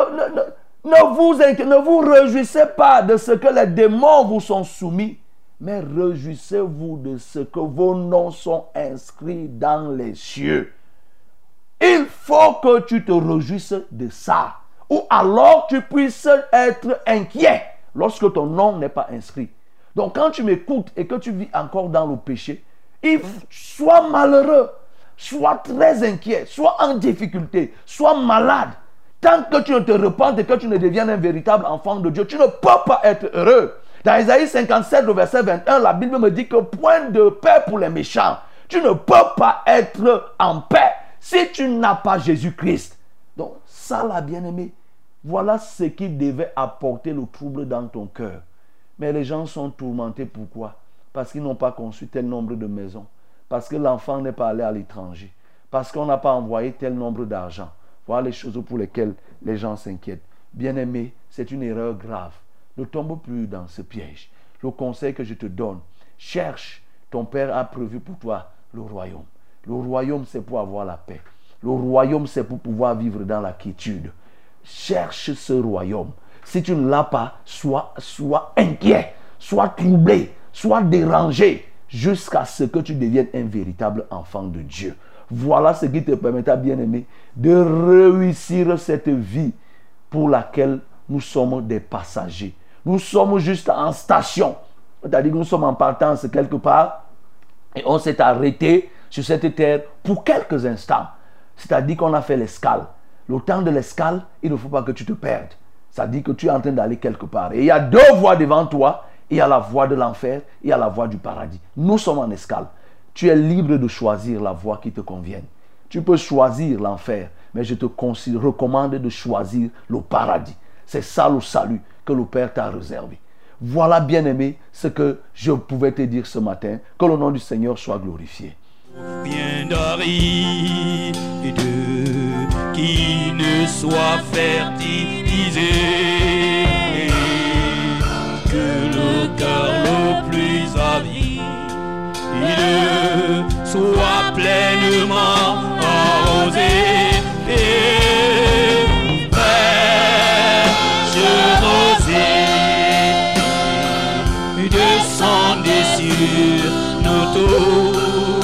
ne vous réjouissez pas de ce que les démons vous sont soumis, mais réjouissez-vous de ce que vos noms sont inscrits dans les cieux. Il faut que tu te réjouisses de ça. Ou alors tu puisses être inquiet lorsque ton nom n'est pas inscrit. Donc quand tu m'écoutes et que tu vis encore dans le péché, sois malheureux, sois très inquiet, sois en difficulté, sois malade. Tant que tu ne te repentes et que tu ne deviennes un véritable enfant de Dieu, tu ne peux pas être heureux. Dans Isaïe 57, le verset 21, la Bible me dit que point de paix pour les méchants. Tu ne peux pas être en paix si tu n'as pas Jésus-Christ. Donc ça, là, bien-aimé, voilà ce qui devait apporter le trouble dans ton cœur. Mais les gens sont tourmentés. Pourquoi? Parce qu'ils n'ont pas conçu tel nombre de maisons. Parce que l'enfant n'est pas allé à l'étranger. Parce qu'on n'a pas envoyé tel nombre d'argent. Voilà les choses pour lesquelles les gens s'inquiètent. Bien-aimé, c'est une erreur grave. Ne tombe plus dans ce piège. Le conseil que je te donne, cherche. Ton Père a prévu pour toi le royaume. Le royaume, c'est pour avoir la paix. Le royaume, c'est pour pouvoir vivre dans la quiétude. Cherche ce royaume. Si tu ne l'as pas, sois inquiet, sois troublé, sois dérangé, jusqu'à ce que tu deviennes un véritable enfant de Dieu. Voilà ce qui te permettra, bien-aimé, de réussir cette vie pour laquelle nous sommes des passagers. Nous sommes juste en station. C'est-à-dire que nous sommes en partance quelque part et on s'est arrêté sur cette terre pour quelques instants. C'est-à-dire qu'on a fait l'escale. Le temps de l'escale, il ne faut pas que tu te perdes. Ça dit que tu es en train d'aller quelque part. Et il y a deux voies devant toi. Il y a la voie de l'enfer, il y a la voie du paradis. Nous sommes en escale. Tu es libre de choisir la voie qui te convienne. Tu peux choisir l'enfer, mais je te recommande de choisir le paradis. C'est ça le salut que le Père t'a réservé. Voilà, bien-aimé, ce que je pouvais te dire ce matin. Que le nom du Seigneur soit glorifié. Bien d'aride qui ne soit fertilisé, que le cœur le plus avide soit pleinement arrosé. Descendez sur nos tours.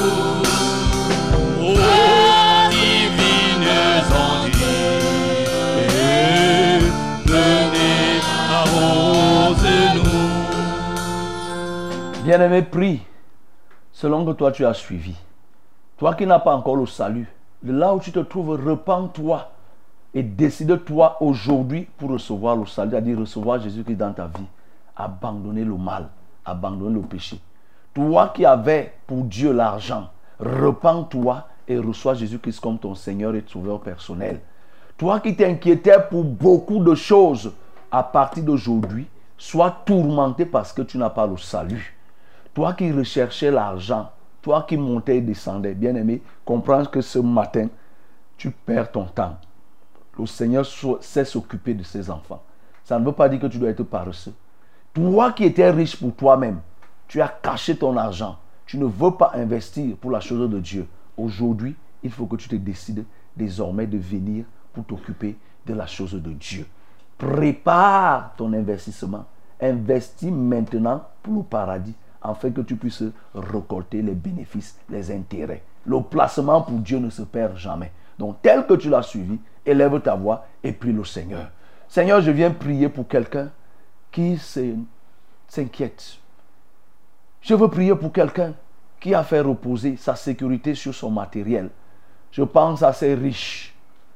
Bien-aimé, prie selon que toi tu as suivi. Toi qui n'as pas encore le salut, de là où tu te trouves, repens-toi et décide-toi aujourd'hui pour recevoir le salut, c'est-à-dire recevoir Jésus-Christ dans ta vie. Abandonner le mal, abandonner le péché. Toi qui avais pour Dieu l'argent, repens-toi et reçois Jésus-Christ comme ton Seigneur et Sauveur personnel. Toi qui t'inquiétais pour beaucoup de choses, à partir d'aujourd'hui, sois tourmenté parce que tu n'as pas le salut. Toi qui recherchais l'argent, Toi qui montais et descendais, bien-aimé, comprends que ce matin, tu perds ton temps. Le Seigneur sait s'occuper de ses enfants. Ça ne veut pas dire que tu dois être paresseux. Toi qui étais riche pour toi-même, tu as caché ton argent. Tu ne veux pas investir pour la chose de Dieu. Aujourd'hui, il faut que tu te décides désormais de venir pour t'occuper de la chose de Dieu. Prépare ton investissement. Investis maintenant pour le paradis, afin que tu puisses récolter les bénéfices, les intérêts. Le placement pour Dieu ne se perd jamais. Donc, tel que tu l'as suivi, élève ta voix et prie le Seigneur. Seigneur, je viens prier pour quelqu'un qui s'inquiète. Je veux prier pour quelqu'un qui a fait reposer sa sécurité sur son matériel. Je pense à ces riches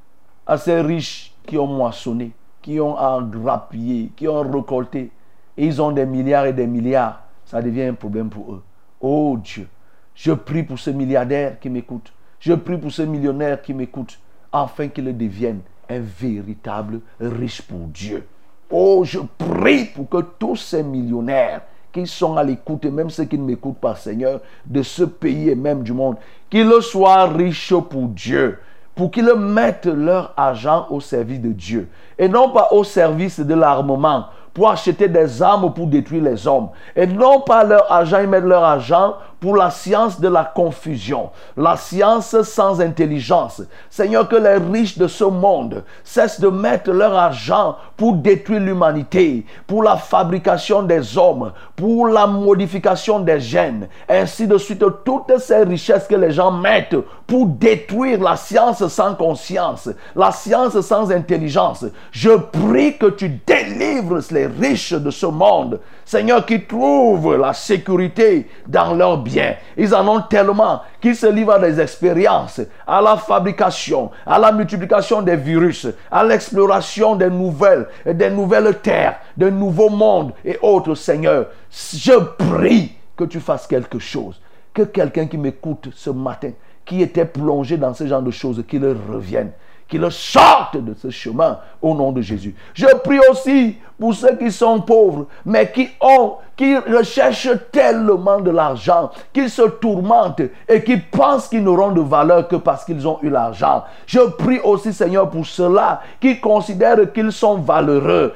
qui ont moissonné, qui ont engrappillé, qui ont récolté. Et ils ont des milliards et des milliards. Ça devient un problème pour eux. Oh Dieu, je prie pour ce milliardaire qui m'écoute. Je prie pour ce millionnaire qui m'écoute, afin qu'il devienne un véritable riche pour Dieu. Oh, je prie pour que tous ces millionnaires qui sont à l'écoute, et même ceux qui ne m'écoutent pas, Seigneur, de ce pays et même du monde, qu'ils soient riches pour Dieu, pour qu'ils mettent leur argent au service de Dieu, et non pas au service de l'armement, pour acheter des armes pour détruire les hommes, et non pas leur argent, ils mettent leur argent pour la science de la confusion, la science sans intelligence. Seigneur, que les riches de ce monde cessent de mettre leur argent pour détruire l'humanité, pour la fabrication des hommes, pour la modification des gènes, ainsi de suite. Toutes ces richesses que les gens mettent pour détruire la science sans conscience, la science sans intelligence. Je prie que tu délivres les riches de ce monde, Seigneur, qui trouvent la sécurité dans leurs biens. Ils en ont tellement qu'ils se livrent à des expériences, à la fabrication, à la multiplication des virus, à l'exploration des nouvelles terres, de nouveaux mondes et autres. Seigneur, je prie que tu fasses quelque chose, que quelqu'un qui m'écoute ce matin, qui était plongé dans ce genre de choses, qu'il revienne, qu'il sorte de ce chemin au nom de Jésus. Je prie aussi pour ceux qui sont pauvres, mais qui recherchent tellement de l'argent, qu'ils se tourmentent et qui pensent qu'ils n'auront de valeur que parce qu'ils ont eu l'argent. Je prie aussi, Seigneur, pour ceux-là qui considèrent qu'ils sont valeureux,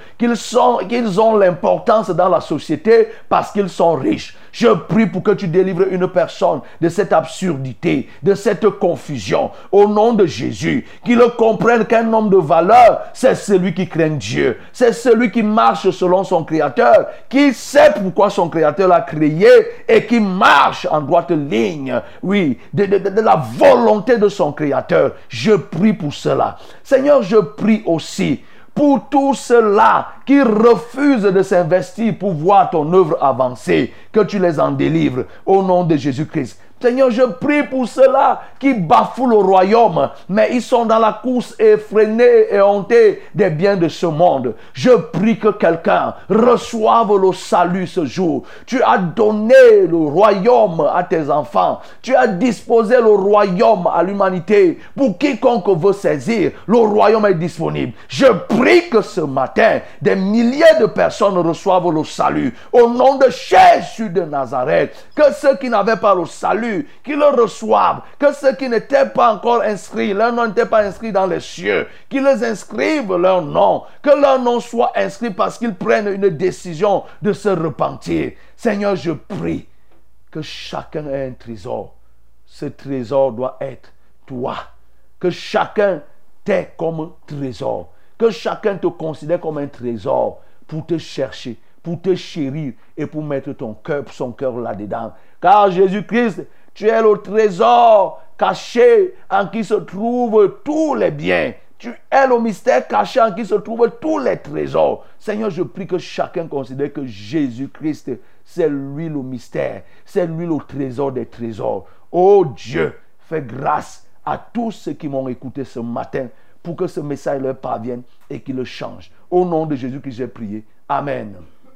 qu'ils ont l'importance dans la société parce qu'ils sont riches. Je prie pour que tu délivres une personne de cette absurdité, de cette confusion, au nom de Jésus, qu'ils comprennent qu'un homme de valeur, c'est celui qui craint Dieu, c'est celui qui marche selon son Créateur, qui sait pourquoi son Créateur l'a créé et qui marche en droite ligne, oui, de la volonté de son Créateur. Je prie pour cela. Seigneur, je prie aussi pour tous ceux-là qui refusent de s'investir pour voir ton œuvre avancer, que tu les en délivres au nom de Jésus-Christ. Seigneur, je prie pour ceux-là qui bafouent le royaume, mais ils sont dans la course effrénée et hontée des biens de ce monde. Je prie que quelqu'un reçoive le salut ce jour. Tu as donné le royaume à tes enfants. Tu as disposé le royaume à l'humanité. Pour quiconque veut saisir, le royaume est disponible. Je prie que ce matin, des milliers de personnes reçoivent le salut. Au nom de Jésus de Nazareth, que ceux qui n'avaient pas le salut, qu'ils le reçoivent, que ceux qui n'étaient pas encore inscrits, leur nom n'était pas inscrit dans les cieux, qu'ils les inscrivent leur nom, que leur nom soit inscrit parce qu'ils prennent une décision de se repentir. Seigneur, je prie que chacun ait un trésor. Ce trésor doit être toi. Que chacun t'ait comme trésor. Que chacun te considère comme un trésor pour te chercher, pour te chérir et pour mettre son cœur là-dedans. Car Jésus-Christ, tu es le trésor caché en qui se trouvent tous les biens. Tu es le mystère caché en qui se trouvent tous les trésors. Seigneur, je prie que chacun considère que Jésus-Christ, c'est lui le mystère. C'est lui le trésor des trésors. Oh Dieu, fais grâce à tous ceux qui m'ont écouté ce matin pour que ce message leur parvienne et qu'il le change. Au nom de Jésus que j'ai prié. Amen.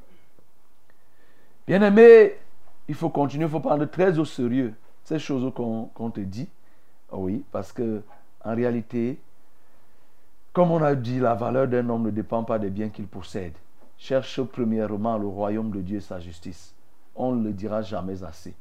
Bien-aimé, il faut continuer, il faut prendre très au sérieux ces choses qu'on te dit. Oui, parce que en réalité, comme on a dit, la valeur d'un homme ne dépend pas des biens qu'il possède. Cherche premièrement le royaume de Dieu et sa justice. On ne le dira jamais assez.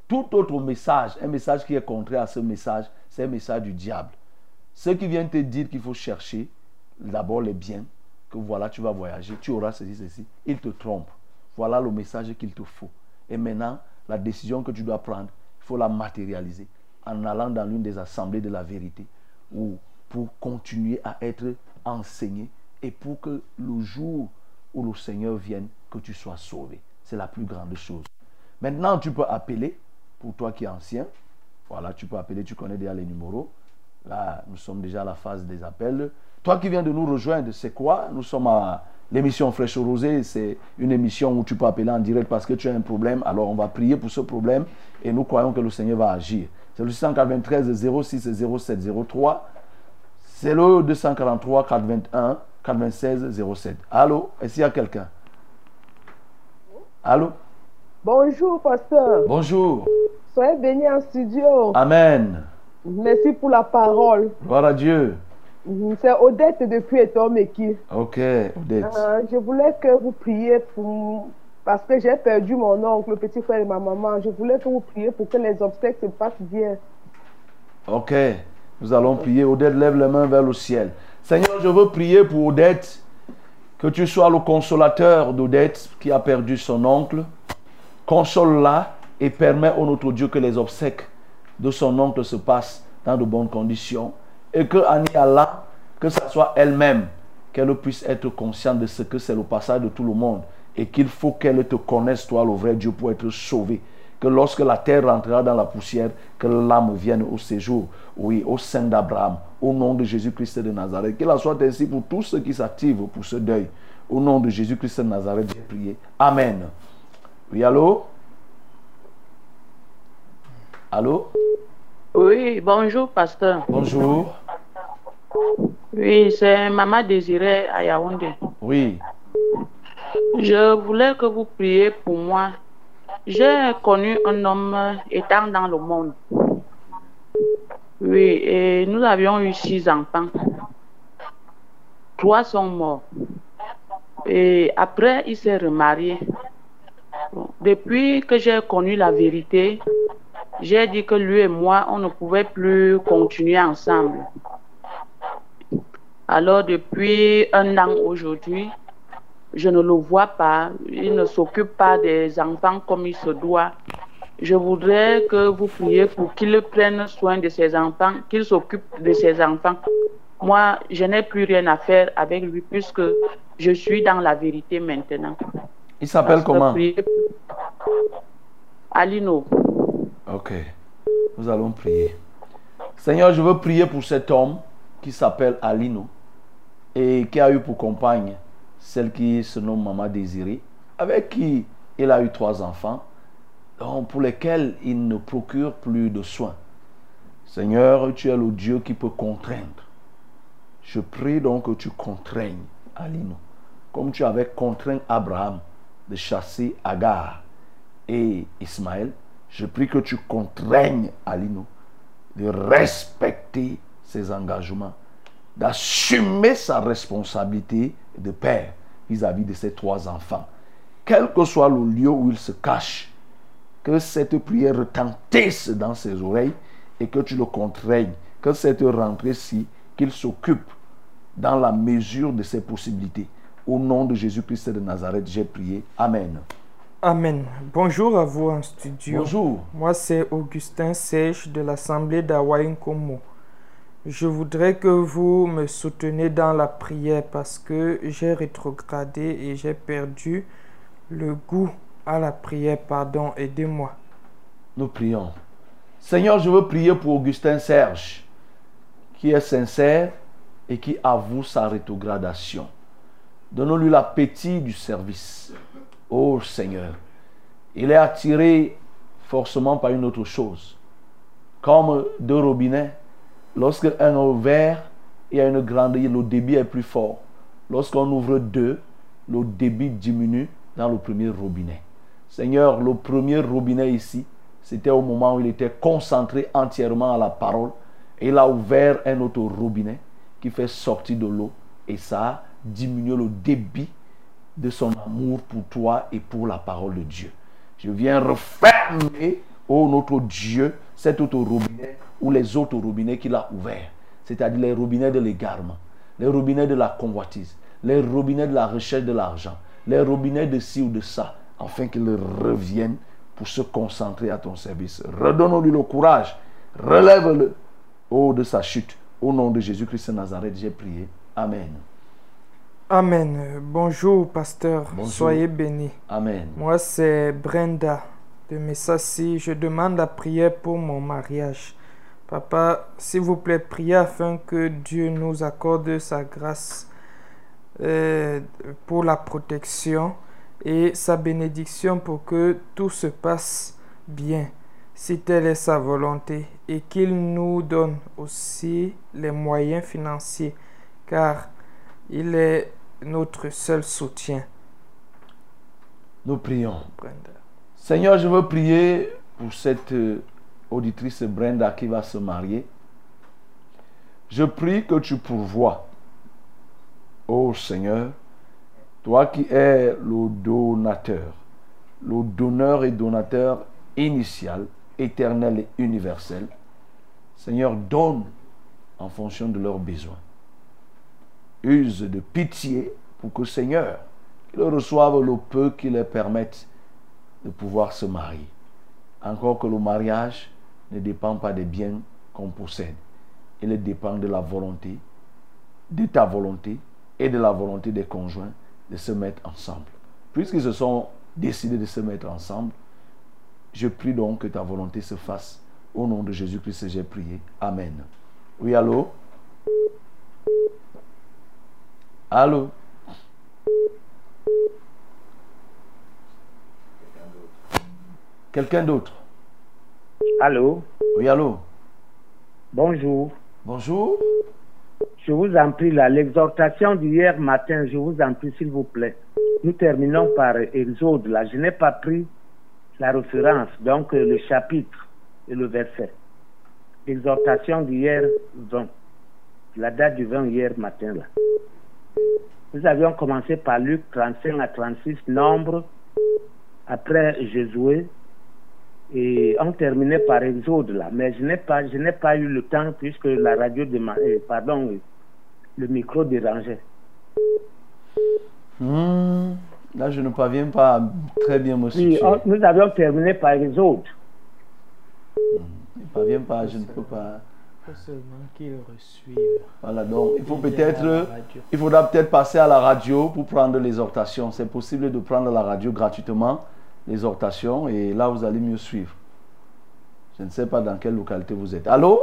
Tout autre message, un message qui est contraire à ce message, c'est un message du diable. Ceux qui viennent te dire qu'il faut chercher d'abord les biens, que voilà, tu vas voyager, tu auras ceci, ils te trompent. Voilà le message qu'il te faut. Et maintenant, la décision que tu dois prendre, il faut la matérialiser en allant dans l'une des assemblées de la vérité ou pour continuer à être enseigné et pour que le jour où le Seigneur vienne, que tu sois sauvé. C'est la plus grande chose. Maintenant, tu peux appeler, pour toi qui es ancien, voilà, tu peux appeler, tu connais déjà les numéros. Là, nous sommes déjà à la phase des appels. Toi qui viens de nous rejoindre, c'est quoi? Nous sommes à l'émission Fraîche Rosée. C'est une émission où tu peux appeler en direct parce que tu as un problème. Alors, on va prier pour ce problème et nous croyons que le Seigneur va agir. C'est le 693 06 07 03. C'est le 243 81 96 07. Allô? Est-ce qu'il y a quelqu'un? Allô? Bonjour, pasteur. Bonjour. Soyez bénis en studio. Amen. Merci pour la parole. Gloire à Dieu. C'est Odette depuis Etomeki. Ok, Odette. Je voulais que vous priez pour... Parce que j'ai perdu mon oncle, le petit frère et ma maman. Je voulais que vous priez pour que les obsèques se passent bien. Ok, nous allons prier. Odette, lève les mains vers le ciel. Seigneur, je veux prier pour Odette. Que tu sois le consolateur d'Odette qui a perdu son oncle. Console-la et permets au notre Dieu que les obsèques de son oncle se passent dans de bonnes conditions. Et que Annie Allah, que ce soit elle-même, qu'elle puisse être consciente de ce que c'est le passage de tout le monde. Et qu'il faut qu'elle te connaisse, toi, le vrai Dieu, pour être sauvée. Que lorsque la terre rentrera dans la poussière, que l'âme vienne au séjour, oui, au sein d'Abraham, au nom de Jésus-Christ de Nazareth. Qu'il en soit ainsi pour tous ceux qui s'activent pour ce deuil. Au nom de Jésus-Christ de Nazareth, j'ai prié. Amen. Oui, allô? Allô? Oui, bonjour, pasteur. Bonjour. Oui, c'est Maman Désirée à Yaoundé. Oui. Je voulais que vous priez pour moi. J'ai connu un homme étant dans le monde. Oui, et nous avions eu 6 enfants. 3 sont morts. Et après, il s'est remarié. Bon, depuis que j'ai connu la vérité, j'ai dit que lui et moi, on ne pouvait plus continuer ensemble. Alors, depuis 1 an aujourd'hui, je ne le vois pas. Il ne s'occupe pas des enfants comme il se doit. Je voudrais que vous priez pour qu'il prenne soin de ses enfants, qu'il s'occupe de ses enfants. Moi, je n'ai plus rien à faire avec lui puisque je suis dans la vérité maintenant. Il s'appelle comment? Alino. Ok. Nous allons prier. Seigneur, je veux prier pour cet homme qui s'appelle Alino et qui a eu pour compagne celle qui se nomme Maman Désirée, avec qui il a eu 3 enfants, donc pour lesquels il ne procure plus de soins. Seigneur, tu es le Dieu qui peut contraindre. Je prie donc que tu contraignes Alino, comme tu avais contraint Abraham de chasser Agar et Ismaël. Je prie que tu contraignes Alino de respecter ses engagements, d'assumer sa responsabilité de père vis-à-vis de ses 3 enfants. Quel que soit le lieu où il se cache, que cette prière retentisse dans ses oreilles et que tu le contraignes, que cette rentrée-ci, qu'il s'occupe dans la mesure de ses possibilités. Au nom de Jésus-Christ de Nazareth, j'ai prié. Amen. Amen. Bonjour à vous en studio. Bonjour. Moi, c'est Augustin Sèche de l'Assemblée d'Awaïnkomo. Je voudrais que vous me souteniez dans la prière parce que j'ai rétrogradé et j'ai perdu le goût à la prière. Pardon, aidez-moi. Nous prions. Seigneur, je veux prier pour Augustin Serge, qui est sincère et qui avoue sa rétrogradation. Donnons-lui l'appétit du service. Oh Seigneur, il est attiré forcément par une autre chose. Comme 2 robinets, lorsque un est ouvert, il y a une grande, le débit est plus fort. Lorsqu'on ouvre 2, le débit diminue dans le premier robinet. Seigneur, le premier robinet ici, c'était au moment où il était concentré entièrement à la parole. Et il a ouvert un autre robinet qui fait sortir de l'eau. Et ça a diminué le débit de son amour pour toi et pour la parole de Dieu. Je viens refermer Oh notre Dieu, cet autre robinet ou les autres robinets qu'il a ouverts, c'est-à-dire les robinets de l'égarement, les robinets de la convoitise, les robinets de la recherche de l'argent, les robinets de ci ou de ça, afin qu'ils reviennent pour se concentrer à ton service. Redonne-lui le courage, relève-le de sa chute. Au nom de Jésus-Christ de Nazareth, j'ai prié. Amen. Amen. Bonjour, pasteur. Bonjour. Soyez bénis. Amen. Moi, c'est Brenda de Messassi. Je demande la prière pour mon mariage. Papa, s'il vous plaît, priez afin que Dieu nous accorde sa grâce pour la protection et sa bénédiction pour que tout se passe bien, si telle est sa volonté, et qu'il nous donne aussi les moyens financiers, car il est notre seul soutien. Nous prions. Brenda. Seigneur, je veux prier pour cette auditrice Brenda qui va se marier. Je prie que tu pourvoies. Oh Seigneur, toi qui es le donateur, le donneur et donateur initial, éternel et universel, Seigneur, donne en fonction de leurs besoins. Use de pitié pour que, Seigneur, qu'ils reçoivent le peu qui leur permette de pouvoir se marier. Encore que le mariage ne dépend pas des biens qu'on possède. Il dépend de la volonté, de ta volonté et de la volonté des conjoints de se mettre ensemble. Puisqu'ils se sont décidés de se mettre ensemble, je prie donc que ta volonté se fasse. Au nom de Jésus-Christ, j'ai prié. Amen. Oui, allô? Allô? Quelqu'un d'autre? Allô? Oui, allô? Bonjour. Bonjour. Je vous en prie, là, l'exhortation d'hier matin, je vous en prie, s'il vous plaît. Nous terminons par Exode. Là, je n'ai pas pris la référence, donc le chapitre et le verset. L'exhortation d'hier 20. La date du 20 hier matin, là. Nous avions commencé par Luc 35 à 36, Nombre, après Josué, et on terminait par Exode, là. Mais je n'ai pas eu le temps puisque la radio le micro dérangeait. Là, je ne parviens pas à très bien me situer. Oui, nous avions terminé par Exode. Je ne parviens pas, je ne peux pas. Il faut seulement qu'ils reçoivent. Voilà, donc il faudra peut-être passer à la radio pour prendre l'exhortation. C'est possible de prendre la radio gratuitement, l'exhortation, et là vous allez mieux suivre. Je ne sais pas dans quelle localité vous êtes. Allô?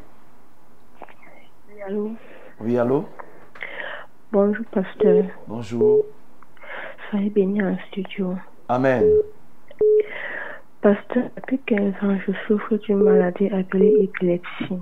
Oui, allô? Oui, allô? Bonjour, pasteur. Bonjour. Soyez béni en studio. Amen. Pasteur, depuis 15 ans, je souffre d'une maladie appelée épilepsie.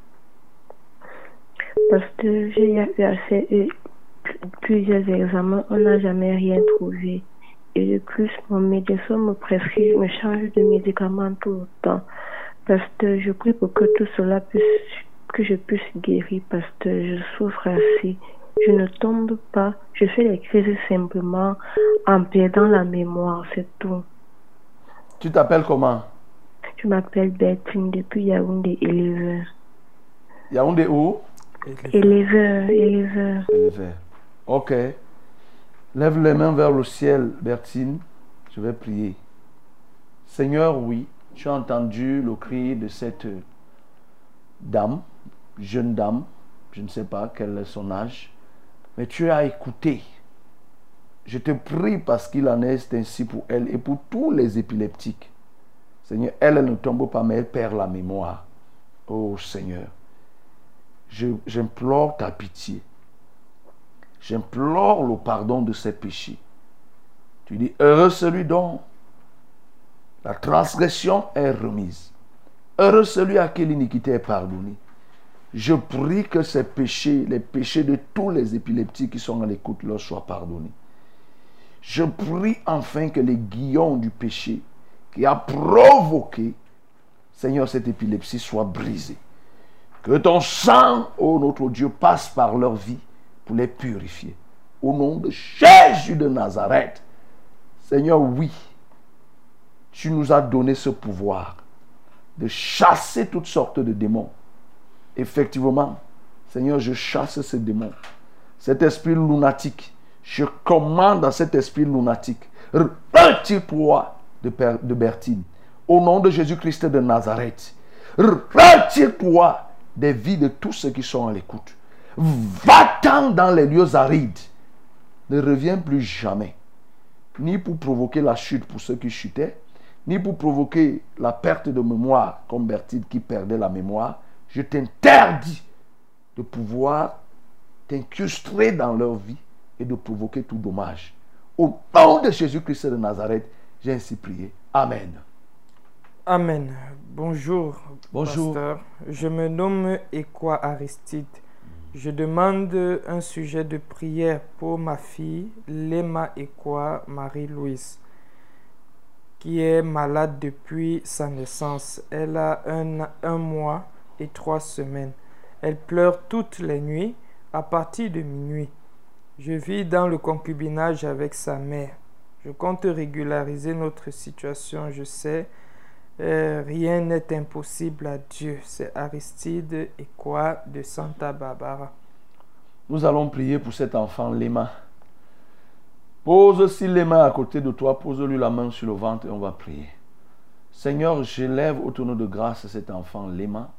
Pasteur, j'ai eu assez plusieurs examens, on n'a jamais rien trouvé. Et de plus, mon médecin me prescrit, me change de médicaments tout le temps. Pasteur, je prie pour que tout cela que je puisse guérir, pasteur. Je souffre assez. Je ne tombe pas. Je fais les crises simplement en perdant la mémoire, c'est tout. Tu t'appelles comment? Je m'appelle Bertine depuis Yaoundé, éleveur. Yaoundé où? Éleveur. Ok. Lève les mains vers le ciel, Bertine. Je vais prier. Seigneur, oui, tu as entendu le cri de cette dame, jeune dame, je ne sais pas quel est son âge, mais tu as écouté. Je te prie parce qu'il en est ainsi pour elle et pour tous les épileptiques. Seigneur, elle ne tombe pas, mais elle perd la mémoire. Oh Seigneur, j'implore ta pitié. J'implore le pardon de ses péchés. Tu dis, heureux celui dont la transgression est remise. Heureux celui à qui l'iniquité est pardonnée. Je prie que ces péchés, les péchés de tous les épileptiques qui sont à l'écoute, leur soient pardonnés. Je prie enfin que les guillons du péché qui a provoqué, Seigneur, cette épilepsie soit brisée. Que ton sang, ô notre Dieu, passe par leur vie pour les purifier. Au nom de Jésus de Nazareth. Seigneur, oui, tu nous as donné ce pouvoir de chasser toutes sortes de démons. Effectivement, Seigneur, je chasse ce démon. Cet esprit lunatique, je commande à cet esprit lunatique, retire-toi de Bertine. Au nom de Jésus-Christ de Nazareth, retire-toi des vies de tous ceux qui sont à l'écoute. Va-t'en dans les lieux arides. Ne reviens plus jamais. Ni pour provoquer la chute pour ceux qui chutaient, ni pour provoquer la perte de mémoire, comme Bertine qui perdait la mémoire. Je t'interdis de pouvoir t'incruster dans leur vie et de provoquer tout dommage. Au nom de Jésus-Christ de Nazareth, j'ai ainsi prié. Amen. Amen. Bonjour, Bonjour. pasteur. Je me nomme Ekwa Aristide. Je demande un sujet de prière pour ma fille, Lema Ekwa Marie-Louise, qui est malade depuis sa naissance. Elle a un mois et 3 semaines. Elle pleure toutes les nuits à partir de minuit. Je vis dans le concubinage avec sa mère. Je compte régulariser notre situation. Je sais, rien n'est impossible à Dieu. C'est Aristide Ekwa de Santa Barbara. Nous allons prier pour cet enfant Lema. Pose aussi Lema à côté de toi, pose-lui la main sur le ventre et on va prier. Seigneur, j'élève au tonneau de grâce cet enfant Lema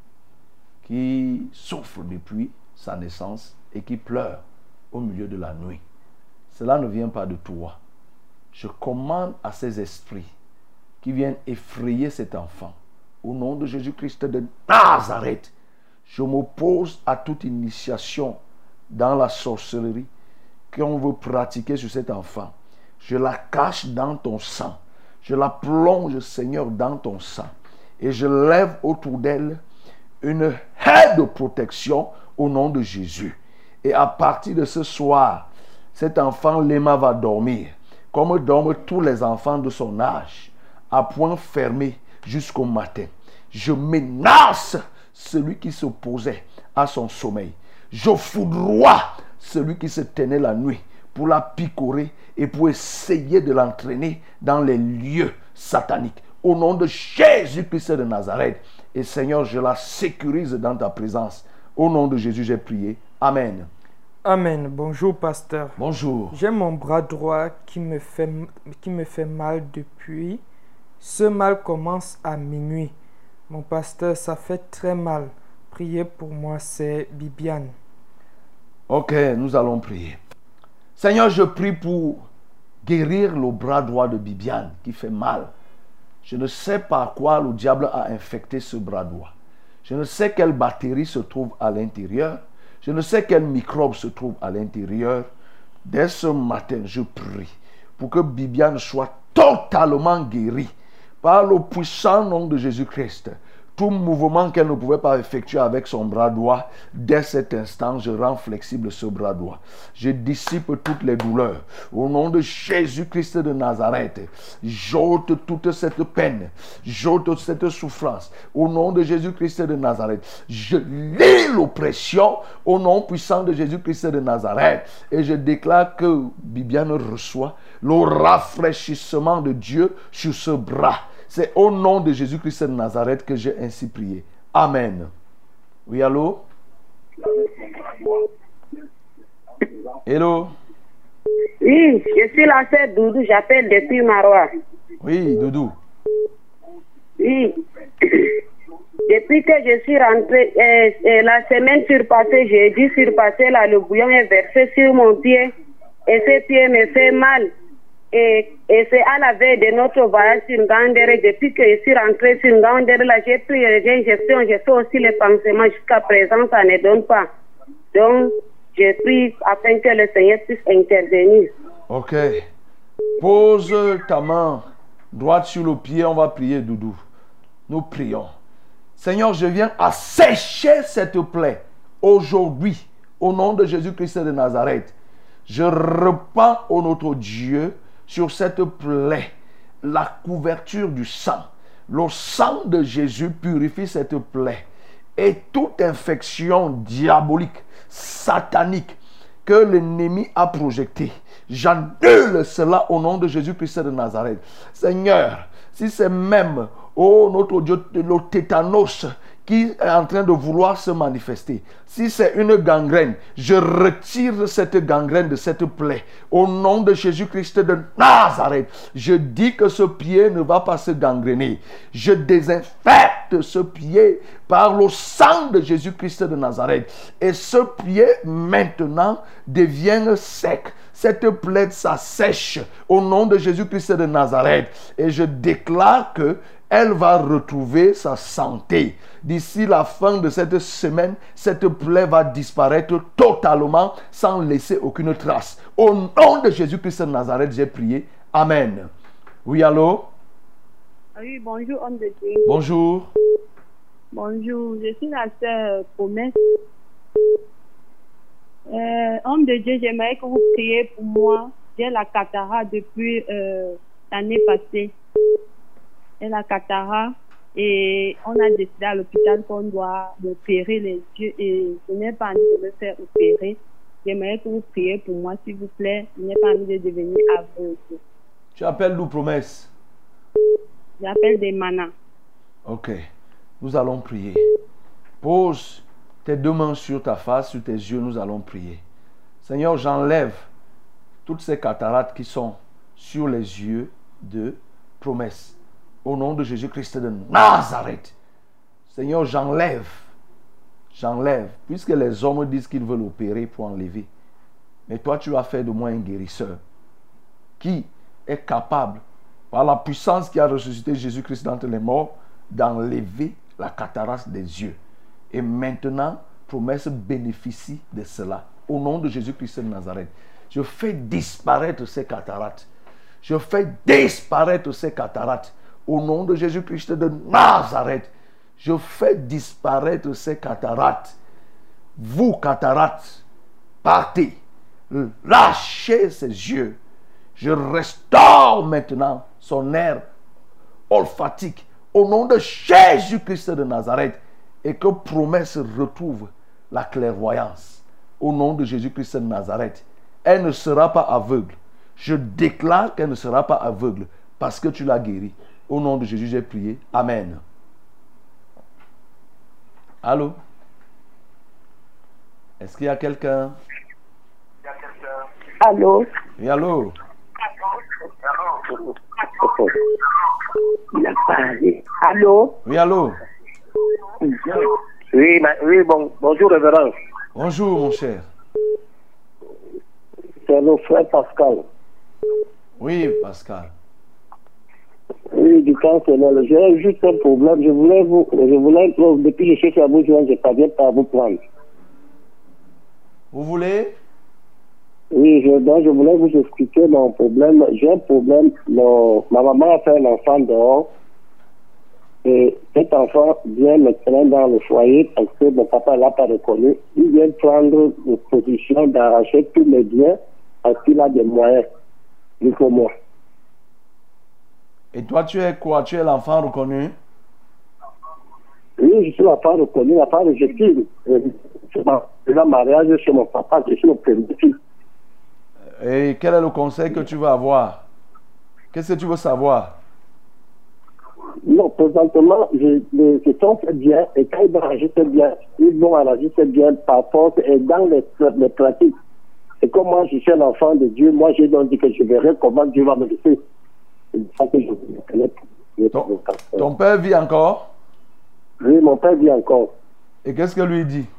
qui souffre depuis sa naissance et qui pleure au milieu de la nuit. Cela ne vient pas de toi. Je commande à ces esprits qui viennent effrayer cet enfant. Au nom de Jésus-Christ de Nazareth, je m'oppose à toute initiation dans la sorcellerie qu'on veut pratiquer sur cet enfant. Je la cache dans ton sang. Je la plonge, Seigneur, dans ton sang. Et je lève autour d'elle une haie de protection au nom de Jésus. Et à partir de ce soir, cet enfant Lema va dormir comme dorment tous les enfants de son âge, à point fermé jusqu'au matin. Je menace celui qui s'opposait à son sommeil. Je foudroie celui qui se tenait la nuit pour la picorer et pour essayer de l'entraîner dans les lieux sataniques. Au nom de Jésus-Christ de Nazareth. Et Seigneur, je la sécurise dans ta présence. Au nom de Jésus, j'ai prié. Amen. Amen. Bonjour, pasteur. Bonjour. J'ai mon bras droit qui me fait mal depuis. Ce mal commence à minuit. Mon pasteur, ça fait très mal. Priez pour moi, c'est Bibiane. Ok, nous allons prier. Seigneur, je prie pour guérir le bras droit de Bibiane qui fait mal. Je ne sais par quoi le diable a infecté ce bras droit. Je ne sais quelle bactérie se trouve à l'intérieur. Je ne sais quel microbe se trouve à l'intérieur. Dès ce matin, je prie pour que Bibiane soit totalement guérie par le puissant nom de Jésus-Christ. Tout mouvement qu'elle ne pouvait pas effectuer avec son bras droit, dès cet instant, je rends flexible ce bras droit. Je dissipe toutes les douleurs. Au nom de Jésus-Christ de Nazareth, j'ôte toute cette peine, j'ôte cette souffrance. Au nom de Jésus-Christ de Nazareth, je lis l'oppression au nom puissant de Jésus-Christ de Nazareth. Et je déclare que Bibiane reçoit le rafraîchissement de Dieu sur ce bras. C'est au nom de Jésus-Christ de Nazareth que j'ai ainsi prié. Amen. Oui, allô? Hello? Oui, je suis la sœur Doudou, j'appelle depuis Marois. Oui, Doudou. Oui. Depuis que je suis rentrée, la semaine surpassée, j'ai dû surpasser là, le bouillon est versé sur mon pied. Et ce pied me fait mal. Et c'est à la veille de notre voyage sur Ngandere. Depuis que je suis rentrée sur Ngandere, là, j'ai pris les injections, j'ai fait aussi les pansements. Jusqu'à présent, ça ne donne pas. Donc, je prie afin que le Seigneur puisse intervenir. Ok. Pose ta main droite sur le pied, on va prier, Doudou. Nous prions. Seigneur, je viens assécher cette plaie aujourd'hui, au nom de Jésus-Christ de Nazareth. Je repens au notre Dieu sur cette plaie la couverture du sang. Le sang de Jésus purifie cette plaie. Et toute infection diabolique, satanique, que l'ennemi a projetée, j'annule cela au nom de Jésus-Christ de Nazareth. Seigneur, si c'est même Oh, notre Dieu, le tétanos qui est en train de vouloir se manifester. Si c'est une gangrène, je retire cette gangrène de cette plaie. Au nom de Jésus-Christ de Nazareth, je dis que ce pied ne va pas se gangréner. Je désinfecte ce pied par le sang de Jésus-Christ de Nazareth. Et ce pied maintenant devient sec. Cette plaie s'assèche au nom de Jésus-Christ de Nazareth. Et je déclare que elle va retrouver sa santé. D'ici la fin de cette semaine, cette plaie va disparaître totalement sans laisser aucune trace. Au nom de Jésus-Christ de Nazareth, j'ai prié. Amen. Oui, allô? Oui, bonjour, homme de Dieu. Bonjour. Bonjour, je suis la sœur Promesse. Homme de Dieu, j'aimerais que vous priez pour moi. J'ai la cataracte depuis l'année passée. J'ai la cataracte et on a décidé à l'hôpital qu'on doit m'opérer les yeux et je n'ai pas envie de me faire opérer. J'aimerais que vous priez pour moi, s'il vous plaît. Je n'ai pas envie de devenir aveugle. Tu appelles d'où, Promesse? J'appelle des manas. Ok, nous allons prier. Pose tes deux mains sur ta face, sur tes yeux, nous allons prier. Seigneur, j'enlève toutes ces cataractes qui sont sur les yeux de Promesse. Au nom de Jésus-Christ de Nazareth. Seigneur, j'enlève. Puisque les hommes disent qu'ils veulent opérer pour enlever. Mais toi, tu as fait de moi un guérisseur. Qui est capable, par la puissance qui a ressuscité Jésus-Christ d'entre les morts, d'enlever la cataracte des yeux. Et maintenant, Promesse bénéficie de cela. Au nom de Jésus-Christ de Nazareth. Je fais disparaître ces cataractes. Je fais disparaître ces cataractes. Au nom de Jésus-Christ de Nazareth, je fais disparaître ces cataractes. Vous, cataractes, partez. Lâchez ses yeux. Je restaure maintenant son air olfactique. Au nom de Jésus-Christ de Nazareth. Et que Promesse retrouve la clairvoyance. Au nom de Jésus-Christ de Nazareth. Elle ne sera pas aveugle. Je déclare qu'elle ne sera pas aveugle. Parce que tu l'as guérie. Au nom de Jésus, j'ai prié. Amen. Allô? Est-ce qu'il y a quelqu'un? Allô? Oui, allô? Il a parlé. Allô? Oui, allô? Oui, bonjour, révérend. Bonjour, mon cher. C'est le frère Pascal. Oui, Pascal. Oui, du cancel. J'ai juste un problème. Je voulais depuis que je cherche à vous joindre, je ne parviens pas à vous prendre. Vous voulez? Oui, je voulais vous expliquer mon problème. J'ai un problème. Ma maman a fait un enfant dehors. Et cet enfant vient maintenant dans le foyer parce que mon papa ne l'a pas reconnu. Il vient prendre la position d'arracher tous mes biens parce qu'il a des moyens. Il faut moi. Et toi, tu es quoi? Tu es l'enfant reconnu? Oui, je suis l'enfant reconnu, l'enfant rejeté. C'est le mariage chez mon papa, je suis le premier fils. Et quel est le conseil que tu veux avoir? Qu'est-ce que tu veux savoir? Non, présentement, je sens bien, et quand ils vont racheter bien, ils vont racheter bien par force et dans les pratiques. Et comme moi, je suis l'enfant de Dieu, moi, j'ai donc dit que je verrai comment Dieu va me laisser. Ton père vit encore? Oui, mon père vit encore. Et qu'est-ce que lui dit?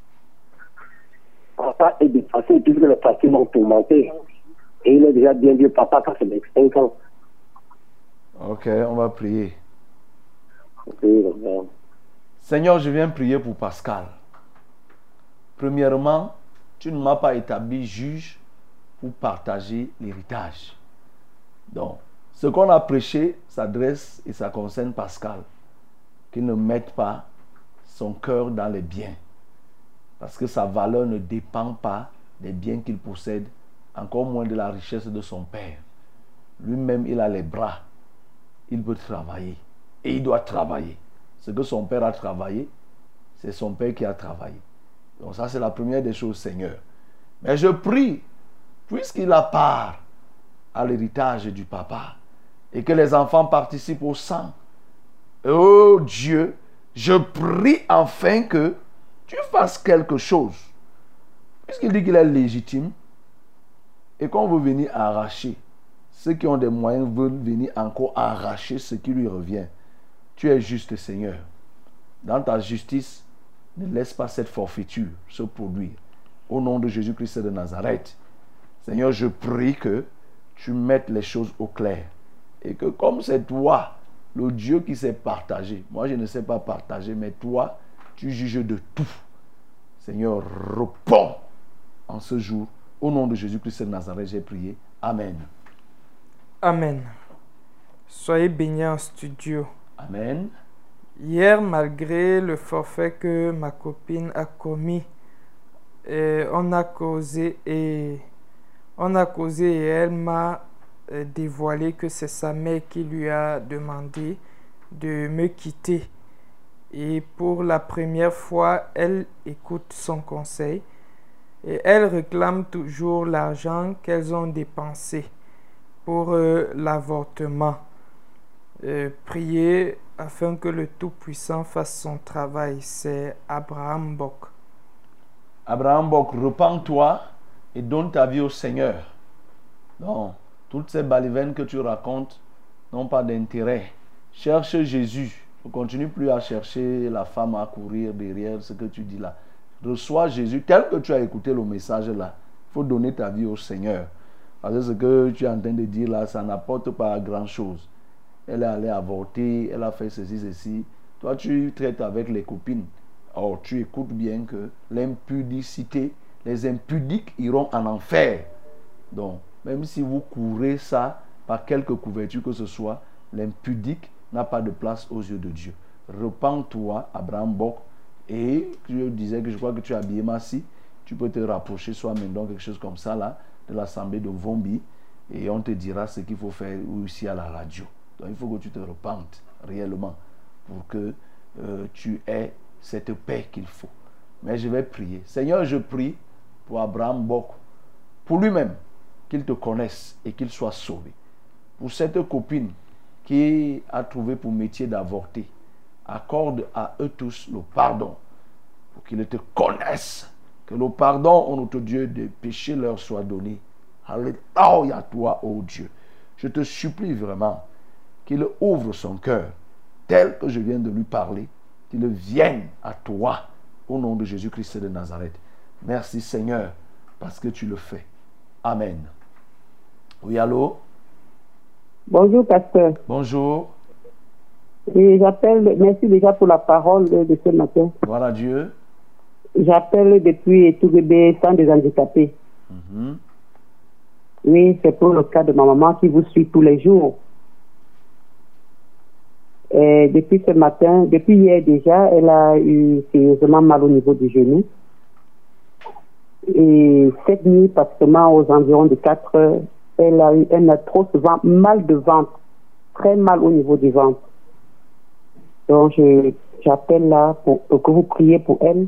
Papa est dépassé puisque les pratiques m'ont tourmenté. Et il est déjà bien vieux, papa, ça fait 5 ans. Ok, on va prier. Oui, Seigneur, je viens prier pour Pascal. Premièrement, tu ne m'as pas établi juge pour partager l'héritage. Donc, ce qu'on a prêché s'adresse et ça concerne Pascal. Qu'il ne mette pas son cœur dans les biens. Parce que sa valeur ne dépend pas des biens qu'il possède, encore moins de la richesse de son père. Lui-même, il a les bras. Il peut travailler. Et il doit travailler. Ce que son père a travaillé, c'est son père qui a travaillé. Donc ça, c'est la première des choses, Seigneur. Mais je prie, puisqu'il a part à l'héritage du papa, et que les enfants participent au sang, Oh Dieu, je prie afin que tu fasses quelque chose. Puisqu'il dit qu'il est légitime et qu'on veut venir arracher, ceux qui ont des moyens veulent venir encore arracher ce qui lui revient. Tu es juste, Seigneur. Dans ta justice, ne laisse pas cette forfaiture se produire. Au nom de Jésus-Christ de Nazareth, Seigneur, je prie que tu mettes les choses au clair. Et que comme c'est toi, le Dieu qui s'est partagé, moi je ne sais pas partager, mais toi, tu juges de tout. Seigneur, réponds en ce jour. Au nom de Jésus-Christ de Nazareth, j'ai prié. Amen. Amen. Soyez bénis en studio. Amen. Hier, malgré le forfait que ma copine a commis, on a causé et elle m'a dévoilé que c'est sa mère qui lui a demandé de me quitter. Et pour la première fois, elle écoute son conseil et elle réclame toujours l'argent qu'elles ont dépensé pour l'avortement. Priez afin que le Tout-Puissant fasse son travail. C'est Abraham Bok. Abraham Bok, repens-toi et donne ta vie au Seigneur. Non, toutes ces balivernes que tu racontes n'ont pas d'intérêt. Cherche Jésus. Ne continue plus à chercher la femme à courir derrière ce que tu dis là. Reçois Jésus tel que tu as écouté le message là. Il faut donner ta vie au Seigneur. Parce que ce que tu es en train de dire là, ça n'apporte pas grand-chose. Elle est allée avorter, elle a fait ceci, ceci. Toi, tu traites avec les copines. Or, tu écoutes bien que l'impudicité, les impudiques iront en enfer. Donc, même si vous courez ça par quelque couverture que ce soit, l'impudique n'a pas de place aux yeux de Dieu. Repens-toi, Abraham Bok. Et je disais que je crois que tu as habillé Massi. Tu peux te rapprocher soi-même, donc quelque chose comme ça là, de l'assemblée de Vombi. Et on te dira ce qu'il faut faire aussi à la radio. Donc il faut que tu te repentes réellement pour que tu aies cette paix qu'il faut. Mais je vais prier. Seigneur, je prie pour Abraham Bok, pour lui-même, qu'il te connaisse et qu'il soit sauvé. Pour cette copine qui a trouvé pour métier d'avorter, accorde à eux tous le pardon, pour qu'ils te connaissent, que le pardon au notre Dieu des péchés leur soit donné. Alléluia, toi, ô Dieu. Je te supplie vraiment qu'il ouvre son cœur, tel que je viens de lui parler, qu'il vienne à toi, au nom de Jésus-Christ de Nazareth. Merci Seigneur, parce que tu le fais. Amen. Oui, allô? Bonjour, pasteur. Bonjour. Et j'appelle, merci déjà pour la parole de ce matin. Gloire à Dieu. J'appelle depuis tout bébé sans des handicapés. Oui, c'est pour le cas de ma maman qui vous suit tous les jours. Et depuis ce matin, depuis hier déjà, elle a eu sérieusement mal au niveau du genou. Et cette nuit, pratiquement aux environs de 4 heures, elle a trop souvent mal de ventre, très mal au niveau du ventre. Donc j'appelle là pour que vous priez pour elle,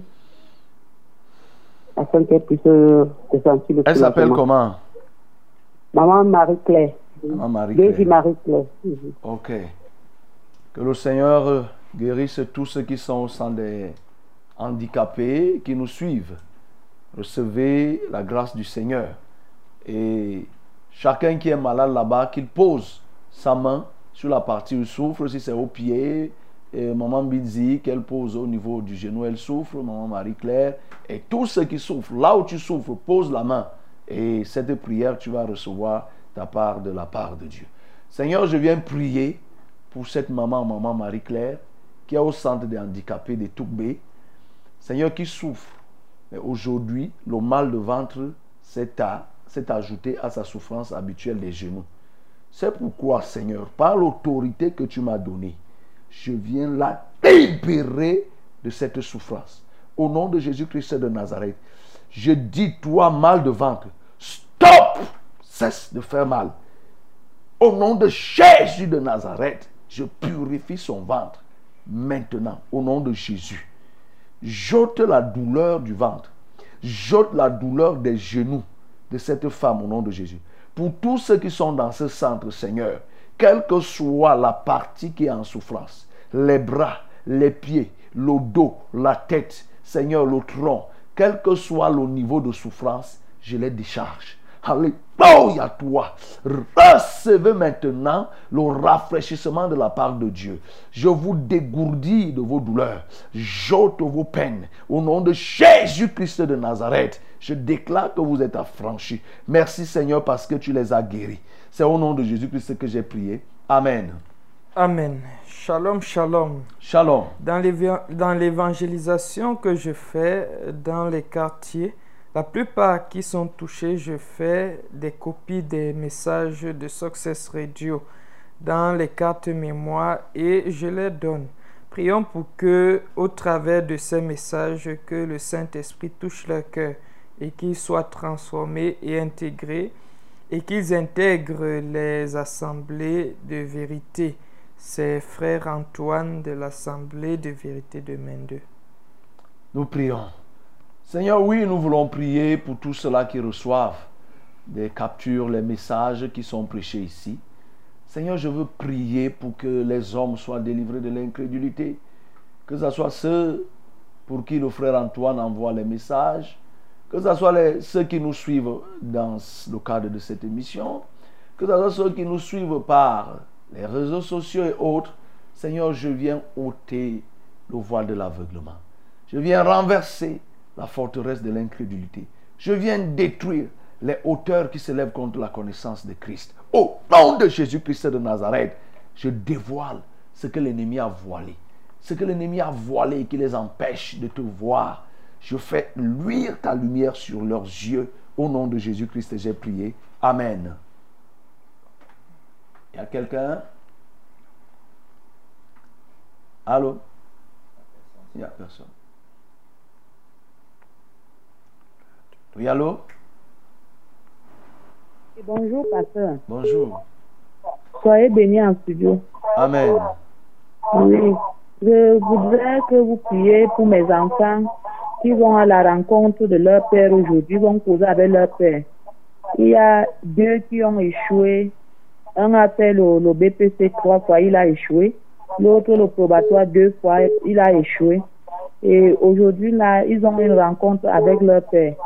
afin qu'elle puisse ressentir le Elle s'appelle comment? Maman Marie-Claire. Maman Marie-Claire. Jésus Marie-Claire. Ok. Que le Seigneur guérisse tous ceux qui sont au sein des handicapés, qui nous suivent. Recevez la grâce du Seigneur. Et chacun qui est malade là-bas, qu'il pose sa main sur la partie où il souffre, si c'est au pied. Et maman Bidzi, qu'elle pose au niveau du genou, elle souffre. Maman Marie-Claire. Et tous ceux qui souffrent, là où tu souffres, pose la main. Et cette prière, tu vas recevoir ta part de la part de Dieu. Seigneur, je viens prier pour cette maman Marie-Claire, qui est au centre des handicapés de Toukbé. Seigneur, qui souffre. Mais aujourd'hui, le mal de ventre s'est ajouté à sa souffrance habituelle des genoux. C'est pourquoi, Seigneur, par l'autorité que tu m'as donnée, je viens la libérer de cette souffrance. Au nom de Jésus-Christ de Nazareth, je dis, toi, mal de ventre, stop! Cesse de faire mal. Au nom de Jésus de Nazareth, je purifie son ventre. Maintenant, au nom de Jésus, j'ôte la douleur du ventre. J'ôte la douleur des genoux de cette femme au nom de Jésus. Pour tous ceux qui sont dans ce centre, Seigneur, quelle que soit la partie qui est en souffrance, les bras, les pieds, le dos, la tête, Seigneur, le tronc, quel que soit le niveau de souffrance, je les décharge. Alléluia, toi. Recevez maintenant le rafraîchissement de la part de Dieu. Je vous dégourdis de vos douleurs. J'ôte vos peines. Au nom de Jésus-Christ de Nazareth, je déclare que vous êtes affranchis. Merci Seigneur parce que tu les as guéris. C'est au nom de Jésus-Christ que j'ai prié. Amen. Amen. Shalom, shalom. Shalom. Dans l'évangélisation que je fais dans les quartiers, la plupart qui sont touchés, je fais des copies des messages de Success Radio dans les cartes mémoire et je les donne. Prions pour que, au travers de ces messages, que le Saint-Esprit touche leur cœur et qu'ils soient transformés et intégrés et qu'ils intègrent les assemblées de vérité. C'est frère Antoine de l'Assemblée de vérité de Mende. Nous prions. Seigneur, oui, nous voulons prier pour tous ceux-là qui reçoivent des captures, les messages qui sont prêchés ici. Seigneur, je veux prier pour que les hommes soient délivrés de l'incrédulité, que ce soit ceux pour qui le frère Antoine envoie les messages, que ce soit ceux qui nous suivent dans le cadre de cette émission, que ce soit ceux qui nous suivent par les réseaux sociaux et autres. Seigneur, je viens ôter le voile de l'aveuglement. Je viens renverser la forteresse de l'incrédulité. Je viens détruire les hauteurs qui s'élèvent contre la connaissance de Christ. Au nom de Jésus-Christ de Nazareth, je dévoile ce que l'ennemi a voilé. Ce que l'ennemi a voilé et qui les empêche de te voir. Je fais luire ta lumière sur leurs yeux. Au nom de Jésus-Christ, j'ai prié. Amen. Il y a quelqu'un? Allô? Il n'y a personne. Oui, allô? Bonjour, pasteur. Bonjour. Soyez bénis en studio. Amen. Oui, je voudrais que vous priez pour mes enfants qui vont à la rencontre de leur père aujourd'hui, vont causer avec leur père. Il y a 2 qui ont échoué. Un a fait le BPC 3 fois, il a échoué. L'autre, le probatoire 2 fois, il a échoué. Et aujourd'hui, là, ils ont une rencontre avec leur père.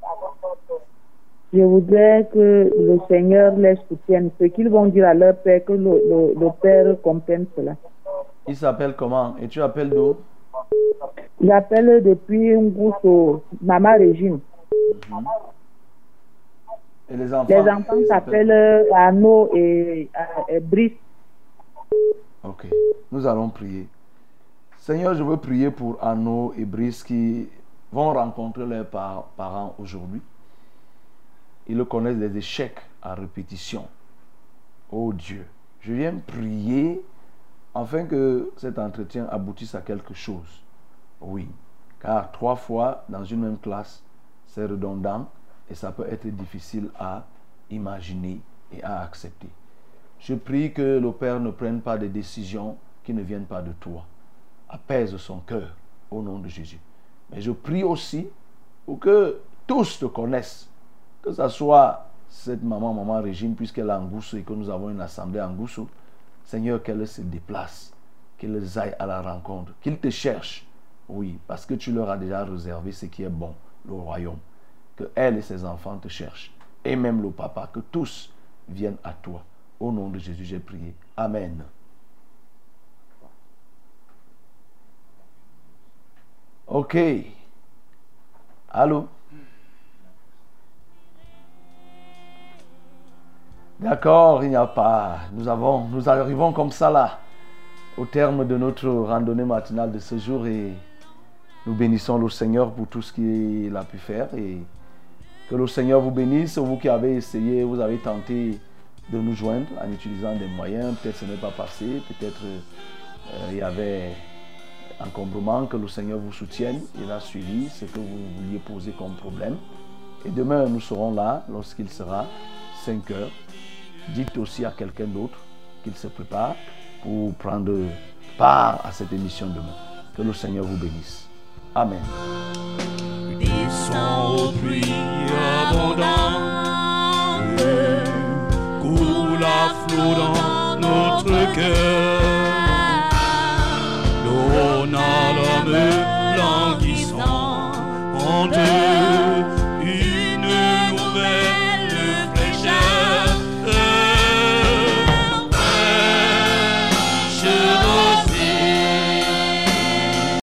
Je voudrais que le Seigneur les soutienne, ce qu'ils vont dire à leur père, que le père comprenne cela. Il s'appelle comment? Et tu appelles d'où? J'appelle depuis une groupe au Maman Régine. Et les enfants? Les enfants s'appellent Arnaud et Brice. Ok, nous allons prier. Seigneur, je veux prier pour Arnaud et Brice qui vont rencontrer leurs parents aujourd'hui. Ils connaissent des échecs à répétition. Oh Dieu, je viens prier afin que cet entretien aboutisse à quelque chose. Oui, car 3 fois dans une même classe, c'est redondant et ça peut être difficile à imaginer et à accepter. Je prie que le Père ne prenne pas des décisions qui ne viennent pas de toi. Apaise son cœur au nom de Jésus. Mais je prie aussi pour que tous te connaissent. Que ce soit cette maman Régine, puisqu'elle est à Ngoussou et que nous avons une assemblée à Ngoussou. Seigneur, qu'elle se déplace, qu'elle aille à la rencontre, qu'ils te cherchent. Oui, parce que tu leur as déjà réservé ce qui est bon, le royaume. Que elle et ses enfants te cherchent. Et même le papa, que tous viennent à toi. Au nom de Jésus, j'ai prié. Amen. Ok. Allô? D'accord, il n'y a pas. Nous arrivons comme ça là, au terme de notre randonnée matinale de ce jour et nous bénissons le Seigneur pour tout ce qu'il a pu faire et que le Seigneur vous bénisse. Vous qui avez essayé, vous avez tenté de nous joindre en utilisant des moyens, peut-être ce n'est pas passé, peut-être il y avait encombrement, que le Seigneur vous soutienne. Il a suivi ce que vous vouliez poser comme problème. Et demain, nous serons là lorsqu'il sera 5 heures. Dites aussi à quelqu'un d'autre qu'il se prépare pour prendre part à cette émission demain. Que le Seigneur vous bénisse. Amen. Descends au pluie abondante, coule à flot dans notre cœur. honte.